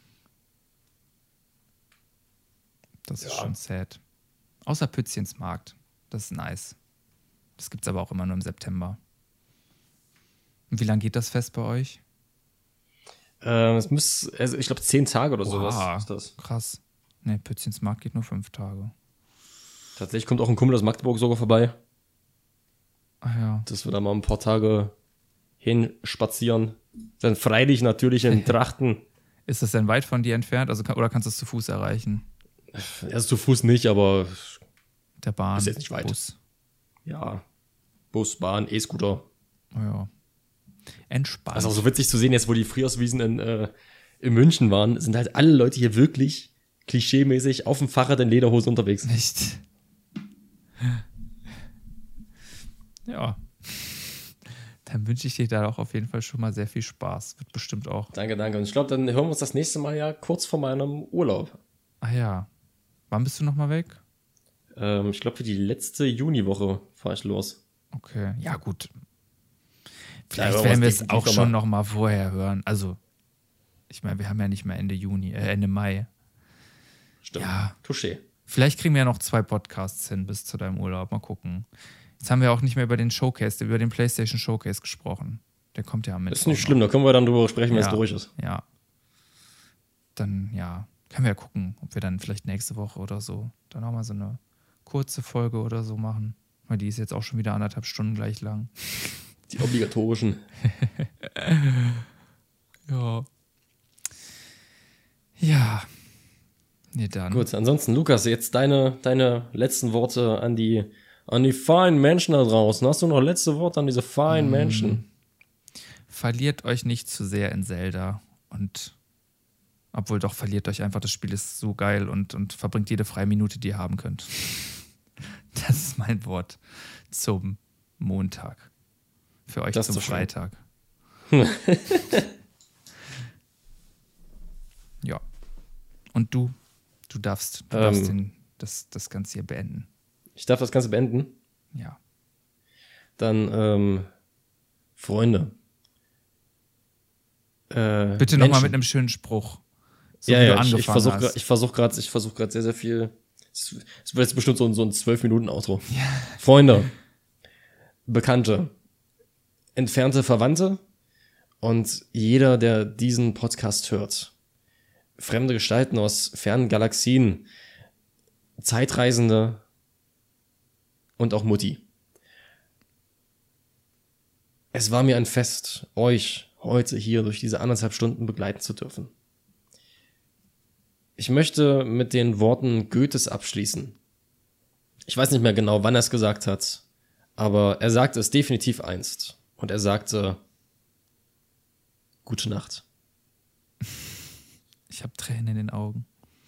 Das ist Ja. schon sad. Außer Pützchens Markt. Das ist nice. Das gibt's aber auch immer nur im September. Und wie lange geht das Fest bei euch? Es muss, also ich glaube 10 Tage oder sowas Wow, ist das. krass. Ne, Pützchens Markt geht nur 5 Tage. Tatsächlich kommt auch ein Kumpel aus Magdeburg sogar vorbei, Ach ja. dass wir da mal ein paar Tage hinspazieren. Dann freilich natürlich in Trachten. Ist das denn weit von dir entfernt? Also oder kannst du es zu Fuß erreichen? Also zu Fuß nicht, aber Mit der Bahn, Ist jetzt nicht weit. Bus. ja, Bus, Bahn, E-Scooter. Oh ja. Entspannt. Also auch so witzig zu sehen, jetzt wo die Frühjahrswiesen in München waren, sind halt alle Leute hier wirklich klischeemäßig auf dem Fahrrad in Lederhose unterwegs. Nicht. Ja. Dann wünsche ich dir da auch auf jeden Fall schon mal sehr viel Spaß. Wird bestimmt auch. Danke. Und ich glaube, dann hören wir uns das nächste Mal ja kurz vor meinem Urlaub. Ah ja. Wann bist du nochmal weg? Ich glaube, für die letzte Juniwoche fahre ich los. Okay. Ja, gut. Ja, Vielleicht aber werden wir was es definitiv auch schon noch mal vorher hören. Also, ich meine, wir haben ja nicht mehr Ende Mai. Stimmt. Ja. Touché. Vielleicht kriegen wir ja noch 2 Podcasts hin bis zu deinem Urlaub. Mal gucken. Jetzt haben wir auch nicht mehr über den PlayStation Showcase gesprochen. Der kommt ja am Mittwoch. Ist nicht schlimm, da können wir dann drüber sprechen, wenn es Ja. durch ist. Ja. Dann, ja, können wir ja gucken, ob wir dann vielleicht nächste Woche oder so dann auch mal so eine kurze Folge oder so machen. Weil die ist jetzt auch schon wieder 1,5 Stunden gleich lang. Die obligatorischen. Ja. Ja. Nee, dann. Gut, ansonsten, Lukas, jetzt deine letzten Worte an die feinen Menschen da draußen. Hast du noch letzte Worte an diese feinen Menschen? Verliert euch nicht zu sehr in Zelda. Und obwohl doch, verliert euch einfach. Das Spiel ist so geil und verbringt jede freie Minute, die ihr haben könnt. Das ist mein Wort zum Montag. Für euch Das zum ist doch schön. Freitag. Ja. Und du darfst das Ganze hier beenden. Ich darf das Ganze beenden. Ja. Dann, Freunde. Bitte nochmal mit einem schönen Spruch. So Ja, wie du ja, angefangen hast. ich versuche gerade sehr, sehr viel. Es wird jetzt bestimmt so ein 12-Minuten-Outro. Ja. Freunde, Bekannte, entfernte Verwandte und jeder, der diesen Podcast hört. Fremde Gestalten aus fernen Galaxien, Zeitreisende und auch Mutti. Es war mir ein Fest, euch heute hier durch diese 1,5 Stunden begleiten zu dürfen. Ich möchte mit den Worten Goethes abschließen. Ich weiß nicht mehr genau, wann er es gesagt hat, aber er sagte es definitiv einst. Und er sagte, gute Nacht. Ich habe Tränen in den Augen.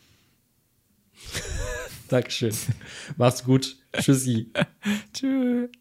Dankeschön. Mach's gut. Tschüssi. Tschüss.